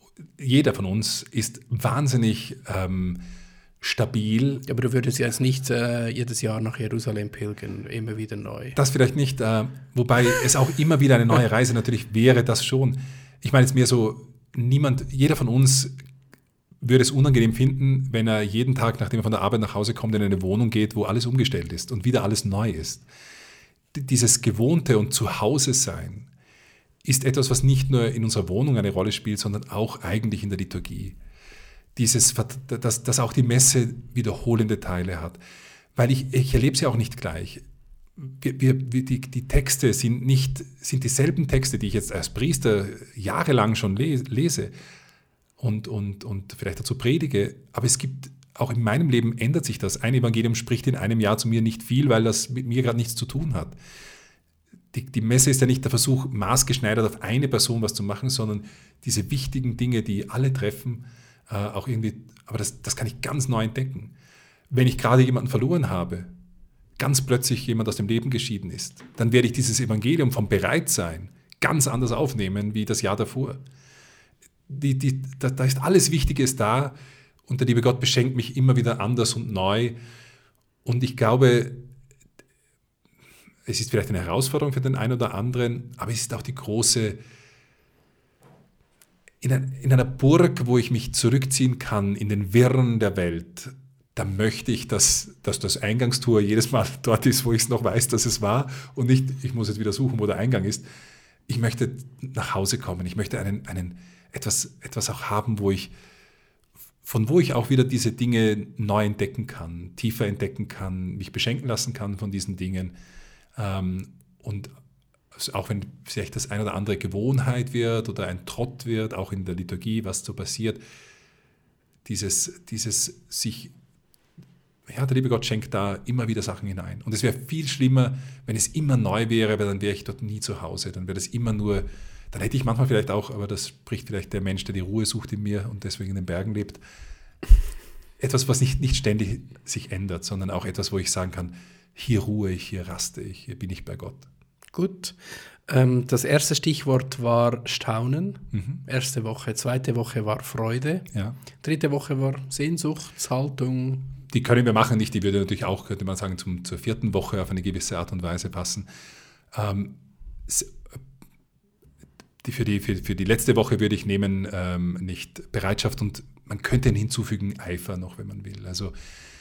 jeder von uns ist wahnsinnig ähm, stabil. Aber du würdest jetzt nicht äh, jedes Jahr nach Jerusalem pilgern, immer wieder neu. Das vielleicht nicht, äh, wobei es auch immer wieder eine neue Reise natürlich wäre, das schon. Ich meine jetzt mehr so, niemand, jeder von uns würde es unangenehm finden, wenn er jeden Tag, nachdem er von der Arbeit nach Hause kommt, in eine Wohnung geht, wo alles umgestellt ist und wieder alles neu ist. D- dieses Gewohnte und Zuhause sein ist etwas, was nicht nur in unserer Wohnung eine Rolle spielt, sondern auch eigentlich in der Liturgie. Dieses, dass, dass auch die Messe wiederholende Teile hat. Weil ich, ich erlebe sie auch nicht gleich. Wir, wir, die, die Texte sind, nicht, sind dieselben Texte, die ich jetzt als Priester jahrelang schon lese und, und, und vielleicht dazu predige. Aber es gibt, auch in meinem Leben ändert sich das. Ein Evangelium spricht in einem Jahr zu mir nicht viel, weil das mit mir gerade nichts zu tun hat. Die, die Messe ist ja nicht der Versuch, maßgeschneidert auf eine Person was zu machen, sondern diese wichtigen Dinge, die alle treffen, äh, auch irgendwie, aber das, das kann ich ganz neu entdecken. Wenn ich gerade jemanden verloren habe, ganz plötzlich jemand aus dem Leben geschieden ist, dann werde ich dieses Evangelium vom Bereitsein ganz anders aufnehmen wie das Jahr davor. Die, die, da, da ist alles Wichtiges da und der liebe Gott beschenkt mich immer wieder anders und neu. Und ich glaube, es ist vielleicht eine Herausforderung für den einen oder anderen, aber es ist auch die große, in, ein, in einer Burg, wo ich mich zurückziehen kann, in den Wirren der Welt, da möchte ich, dass, dass das Eingangstor jedes Mal dort ist, wo ich es noch weiß, dass es war und nicht, ich muss jetzt wieder suchen, wo der Eingang ist. Ich möchte nach Hause kommen, ich möchte einen, einen, etwas, etwas auch haben, wo ich, von wo ich auch wieder diese Dinge neu entdecken kann, tiefer entdecken kann, mich beschenken lassen kann von diesen Dingen. Und auch wenn vielleicht das ein oder andere Gewohnheit wird oder ein Trott wird, auch in der Liturgie, was so passiert, dieses, dieses sich, ja, der liebe Gott schenkt da immer wieder Sachen hinein. Und es wäre viel schlimmer, wenn es immer neu wäre, weil dann wäre ich dort nie zu Hause. Dann wäre das immer nur, dann hätte ich manchmal vielleicht auch, aber das spricht vielleicht der Mensch, der die Ruhe sucht in mir und deswegen in den Bergen lebt, etwas, was nicht, nicht ständig sich ändert, sondern auch etwas, wo ich sagen kann, hier ruhe ich, hier raste ich, hier bin ich bei Gott. Gut. Ähm, das erste Stichwort war Staunen. Mhm. Erste Woche. Zweite Woche war Freude. Ja. Dritte Woche war Sehnsuchtshaltung. Die können wir machen, nicht. Die würde natürlich auch, könnte man sagen, zum, zur vierten Woche auf eine gewisse Art und Weise passen. Ähm, die, für, die, für, für die letzte Woche würde ich nehmen, ähm, nicht Bereitschaft und man könnte hinzufügen Eifer noch, wenn man will. Also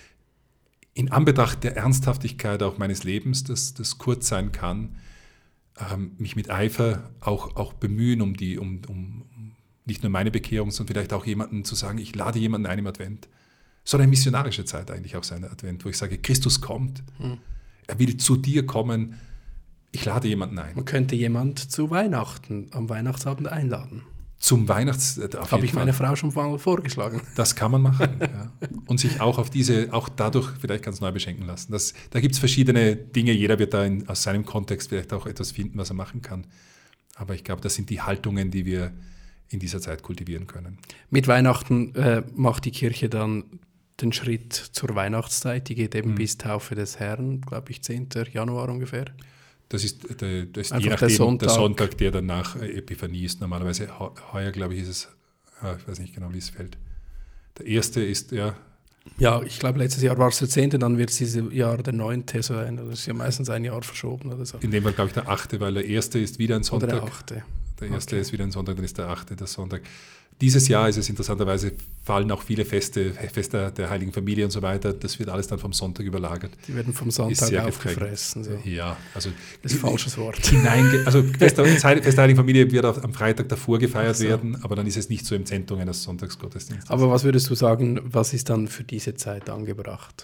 in Anbetracht der Ernsthaftigkeit auch meines Lebens, das, das kurz sein kann, ähm, mich mit Eifer auch, auch bemühen, um, die, um, um nicht nur meine Bekehrung, sondern vielleicht auch jemanden zu sagen, ich lade jemanden ein im Advent. Soll eine missionarische Zeit eigentlich auch sein, der Advent, wo ich sage, Christus kommt, hm. er will zu dir kommen, ich lade jemanden ein. Man könnte jemand zu Weihnachten, am Weihnachtsabend einladen. Zum Weihnachts... Habe ich meine Frau schon mal vorgeschlagen. Das kann man machen. Ja. Und sich auch auf diese, auch dadurch vielleicht ganz neu beschenken lassen. Das, da gibt es verschiedene Dinge, jeder wird da in, aus seinem Kontext vielleicht auch etwas finden, was er machen kann. Aber ich glaube, das sind die Haltungen, die wir in dieser Zeit kultivieren können. Mit Weihnachten äh, macht die Kirche dann den Schritt zur Weihnachtszeit, die geht eben mhm. bis Taufe des Herrn, glaube ich, zehnten Januar ungefähr. Das ist, der, das ist je nachdem der Sonntag. der Sonntag, der dann nach Epiphanie ist. Normalerweise heuer, glaube ich, ist es, ich weiß nicht genau, wie es fällt. Der erste ist, ja... Ja, ich glaube, letztes Jahr war es der zehnte, dann wird es dieses Jahr der neunte sein. Das ist ja meistens ein Jahr verschoben oder so. In dem Fall, glaube ich, der achte, weil der erste ist wieder ein Sonntag. Oder der achte. Der erste okay. ist wieder ein Sonntag, dann ist der achte der Sonntag. Dieses Jahr ist es interessanterweise, fallen auch viele Feste, Feste der Heiligen Familie und so weiter. Das wird alles dann vom Sonntag überlagert. Die werden vom Sonntag aufgefressen. So. Ja, also das ist ein falsches Wort. Hineinge- also Fest der, Fest der Heiligen Familie wird auf, am Freitag davor gefeiert so. werden, aber dann ist es nicht so im Zentrum eines Sonntagsgottesdienstes. Aber was würdest du sagen, was ist dann für diese Zeit angebracht?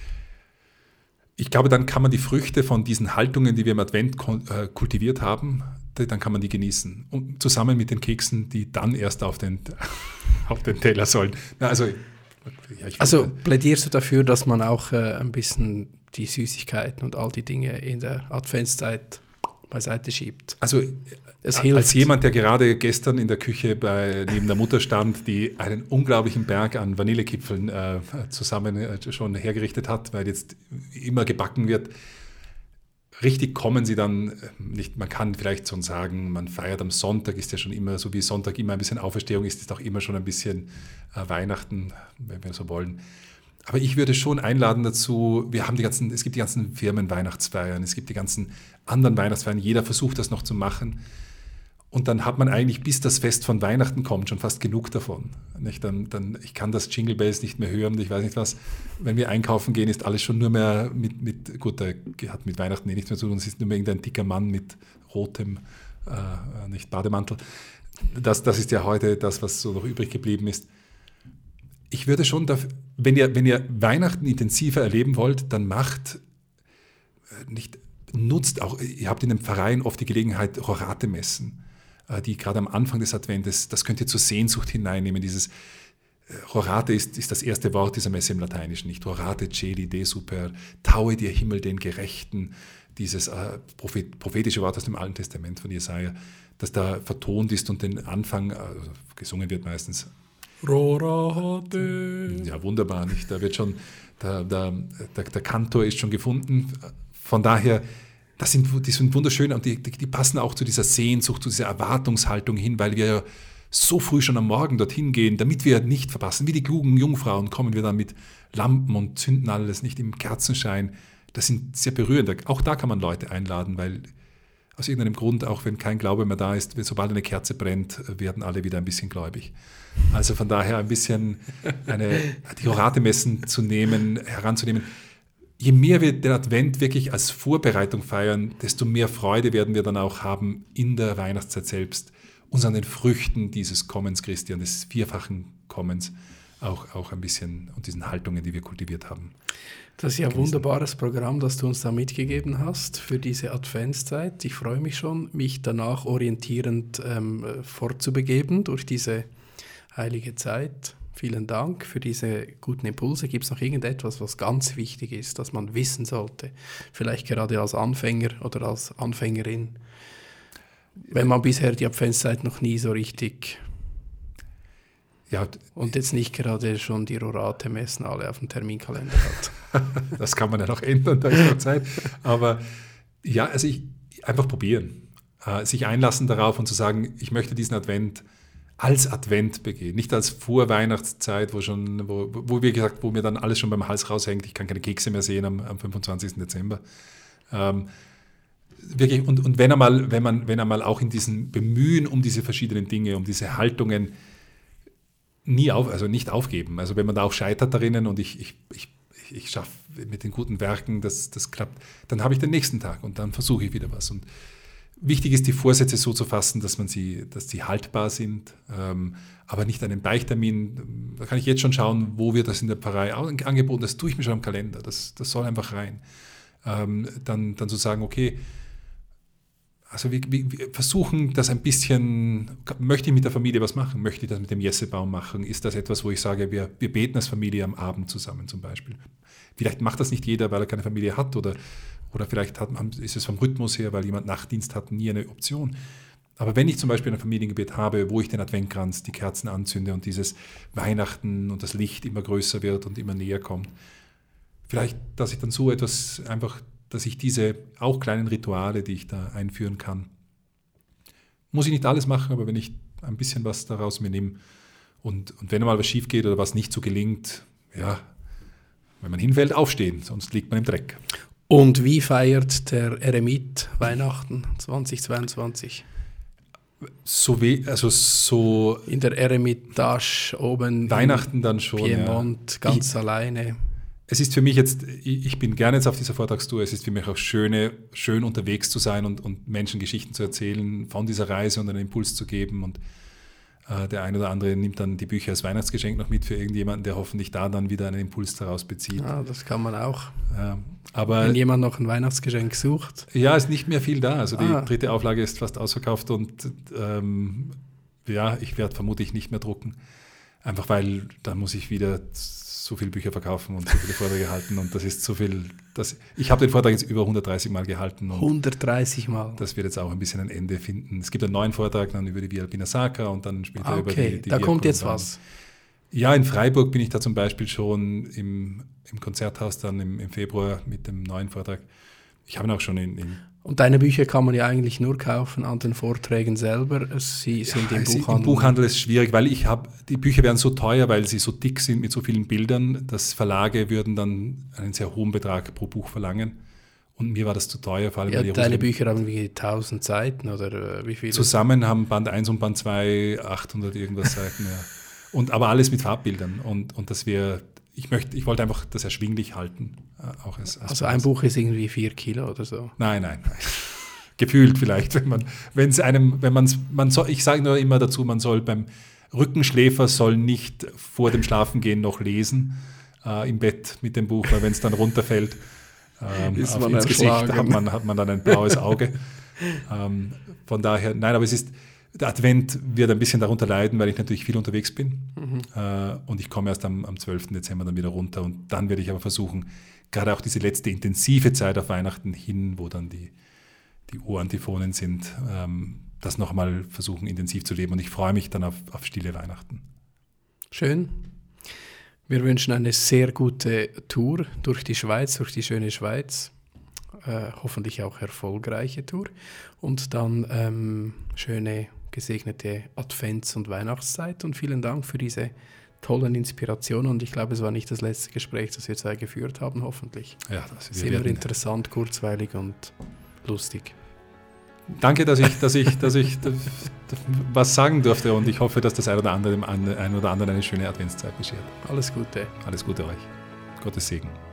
Ich glaube, dann kann man die Früchte von diesen Haltungen, die wir im Advent äh, kultiviert haben, dann kann man die genießen. Und zusammen mit den Keksen, die dann erst auf den, auf den Teller sollen. Na, also ja, ich also plädierst du dafür, dass man auch äh, ein bisschen die Süßigkeiten und all die Dinge in der Adventszeit beiseite schiebt? Also es hilft. Als jemand, der gerade gestern in der Küche bei, neben der Mutter stand, die einen unglaublichen Berg an Vanillekipfeln äh, zusammen äh, schon hergerichtet hat, weil jetzt immer gebacken wird, richtig kommen sie dann nicht, man kann vielleicht schon sagen, man feiert am Sonntag, ist ja schon immer, so wie Sonntag immer ein bisschen Auferstehung ist, ist auch immer schon ein bisschen äh, Weihnachten, wenn wir so wollen. Aber ich würde schon einladen dazu, wir haben die ganzen, es gibt die ganzen Firmenweihnachtsfeiern, es gibt die ganzen anderen Weihnachtsfeiern, jeder versucht das noch zu machen. Und dann hat man eigentlich, bis das Fest von Weihnachten kommt, schon fast genug davon. Nicht? Dann, dann, ich kann das Jingle Bells nicht mehr hören und ich weiß nicht was. Wenn wir einkaufen gehen, ist alles schon nur mehr mit, mit gut, der hat mit Weihnachten eh nichts mehr zu tun, es ist nur mehr irgendein dicker Mann mit rotem, äh, nicht Bademantel. Das, das ist ja heute das, was so noch übrig geblieben ist. Ich würde schon, dafür, wenn ihr, wenn ihr Weihnachten intensiver erleben wollt, dann macht nicht, nutzt auch, ihr habt in den Pfarreien oft die Gelegenheit, Rorate-Messen, die gerade am Anfang des Adventes, das könnt ihr zur Sehnsucht hineinnehmen. Dieses Rorate ist, ist das erste Wort dieser Messe im Lateinischen, nicht? Rorate celi de super, taue dir Himmel den Gerechten, dieses äh, prophet, prophetische Wort aus dem Alten Testament von Jesaja, das da vertont ist und den Anfang, also gesungen wird meistens, Rorate. Ja, wunderbar, nicht? Da wird schon, der, der, der, der Kantor ist schon gefunden. Von daher, das sind, die sind wunderschön und die, die, die passen auch zu dieser Sehnsucht, zu dieser Erwartungshaltung hin, weil wir ja so früh schon am Morgen dorthin gehen, damit wir nicht verpassen. Wie die klugen Jungfrauen kommen wir dann mit Lampen und zünden alles nicht im Kerzenschein. Das sind sehr berührend. Auch da kann man Leute einladen, weil aus irgendeinem Grund, auch wenn kein Glaube mehr da ist, sobald eine Kerze brennt, werden alle wieder ein bisschen gläubig. Also von daher ein bisschen eine, die Rorate-Messen zu nehmen, heranzunehmen. Je mehr wir den Advent wirklich als Vorbereitung feiern, desto mehr Freude werden wir dann auch haben in der Weihnachtszeit selbst, uns an den Früchten dieses Kommens Christi, an des vierfachen Kommens auch, auch ein bisschen und diesen Haltungen, die wir kultiviert haben. Das ist ja ein wunderbares Programm, das du uns da mitgegeben hast für diese Adventszeit. Ich freue mich schon, mich danach orientierend ähm, fortzubegeben durch diese heilige Zeit. Vielen Dank für diese guten Impulse. Gibt es noch irgendetwas, was ganz wichtig ist, das man wissen sollte? Vielleicht gerade als Anfänger oder als Anfängerin, wenn man bisher die Adventszeit noch nie so richtig... Ja, und jetzt nicht gerade schon die Rorate-Messen alle auf dem Terminkalender hat. Das kann man ja noch ändern, da ist noch Zeit. Aber ja, also ich, einfach probieren. Äh, sich einlassen darauf und zu sagen, ich möchte diesen Advent als Advent begehen. Nicht als Vorweihnachtszeit, wo schon, wo, wo wie gesagt, wo mir dann alles schon beim Hals raushängt. Ich kann keine Kekse mehr sehen am, am fünfundzwanzigsten Dezember. Ähm, wirklich, und, und wenn einmal, wenn man, wenn einmal auch in diesem Bemühen um diese verschiedenen Dinge, um diese Haltungen nie auf, also nicht aufgeben. Also wenn man da auch scheitert darinnen und ich, ich, ich, ich schaffe mit den guten Werken, das, das klappt, dann habe ich den nächsten Tag und dann versuche ich wieder was. Und wichtig ist, die Vorsätze so zu fassen, dass man sie, dass sie haltbar sind, ähm, aber nicht einen Beichttermin. Da kann ich jetzt schon schauen, wo wird das in der Pfarrei angeboten. Das tue ich mir schon am Kalender. Das, das soll einfach rein. Ähm, dann, dann zu sagen, okay, also wir, wir versuchen das ein bisschen, möchte ich mit der Familie was machen? Möchte ich das mit dem Jessebaum machen? Ist das etwas, wo ich sage, wir, wir beten als Familie am Abend zusammen zum Beispiel? Vielleicht macht das nicht jeder, weil er keine Familie hat oder, oder vielleicht hat, ist es vom Rhythmus her, weil jemand Nachtdienst hat, nie eine Option. Aber wenn ich zum Beispiel ein Familiengebet habe, wo ich den Adventkranz, die Kerzen anzünde und dieses Weihnachten und das Licht immer größer wird und immer näher kommt, vielleicht, dass ich dann so etwas einfach, dass ich diese auch kleinen Rituale, die ich da einführen kann, muss ich nicht alles machen, aber wenn ich ein bisschen was daraus mir nehme und, und wenn mal was schief geht oder was nicht so gelingt, ja, wenn man hinfällt, aufstehen, sonst liegt man im Dreck. Und wie feiert der Eremit Weihnachten zweitausendzweiundzwanzig? So we, also so in der Eremitage oben Weihnachten dann schon, Piemont, ja. Ganz ich, alleine. Es ist für mich jetzt, ich bin gerne jetzt auf dieser Vortragstour, es ist für mich auch schöne, schön unterwegs zu sein und, und Menschen Geschichten zu erzählen von dieser Reise und einen Impuls zu geben und äh, der eine oder andere nimmt dann die Bücher als Weihnachtsgeschenk noch mit für irgendjemanden, der hoffentlich da dann wieder einen Impuls daraus bezieht. Ja, das kann man auch. Ja, aber wenn jemand noch ein Weihnachtsgeschenk sucht. Ja, ist nicht mehr viel da, also ah. die dritte Auflage ist fast ausverkauft und ähm, ja, ich werde vermutlich nicht mehr drucken, einfach weil da muss ich wieder so viele Bücher verkaufen und so viele Vorträge halten und das ist so viel, das, ich habe den Vortrag jetzt über hundertdreißig Mal gehalten. Und hundertdreißig Mal? Das wird jetzt auch ein bisschen ein Ende finden. Es gibt einen neuen Vortrag dann über die Via Alpina Sacra und dann später ah, okay. über die, die da Via kommt jetzt Colombana. was. Ja, in Freiburg bin ich da zum Beispiel schon im, im Konzerthaus dann im, im Februar mit dem neuen Vortrag. Ich habe ihn auch schon in, in Und deine Bücher kann man ja eigentlich nur kaufen an den Vorträgen selber. Sie sind ja, im Buchhandel. Im Buchhandel ist es schwierig, weil ich habe, die Bücher werden so teuer, weil sie so dick sind mit so vielen Bildern, dass Verlage würden dann einen sehr hohen Betrag pro Buch verlangen. Und mir war das zu teuer. Vor allem ja, weil deine Bücher haben wie tausend Seiten oder wie viele? Zusammen haben Band eins und Band zwei achthundert irgendwas Seiten. Ja. Und, aber alles mit Farbbildern. Und, und das wäre... Ich, möchte, ich wollte einfach das erschwinglich halten. Äh, auch als, als also ein Buch ist irgendwie vier Kilo oder so? Nein, nein, nein. Gefühlt vielleicht, wenn man, wenn es einem, wenn man man soll, ich sage nur immer dazu, man soll beim Rückenschläfer soll nicht vor dem Schlafengehen noch lesen äh, im Bett mit dem Buch, weil wenn es dann runterfällt ähm, auf, ins Gesicht, hat man, hat man dann ein blaues Auge. ähm, von daher, nein, aber es ist, der Advent wird ein bisschen darunter leiden, weil ich natürlich viel unterwegs bin. Mhm. Äh, und ich komme erst am, am zwölften Dezember dann wieder runter. Und dann werde ich aber versuchen, gerade auch diese letzte intensive Zeit auf Weihnachten hin, wo dann die, die Urantiphonen sind, ähm, das nochmal versuchen intensiv zu leben. Und ich freue mich dann auf, auf stille Weihnachten. Schön. Wir wünschen eine sehr gute Tour durch die Schweiz, durch die schöne Schweiz. Äh, hoffentlich auch erfolgreiche Tour. Und dann ähm, schöne, gesegnete Advents- und Weihnachtszeit. Und vielen Dank für diese tollen Inspirationen. Und ich glaube, es war nicht das letzte Gespräch, das wir zwei geführt haben, hoffentlich. Ja, das ist immer interessant, kurzweilig und lustig. Danke, dass ich, dass ich, dass ich was sagen durfte und ich hoffe, dass das ein oder andere, ein oder andere eine schöne Adventszeit beschert. Alles Gute. Alles Gute euch. Gottes Segen.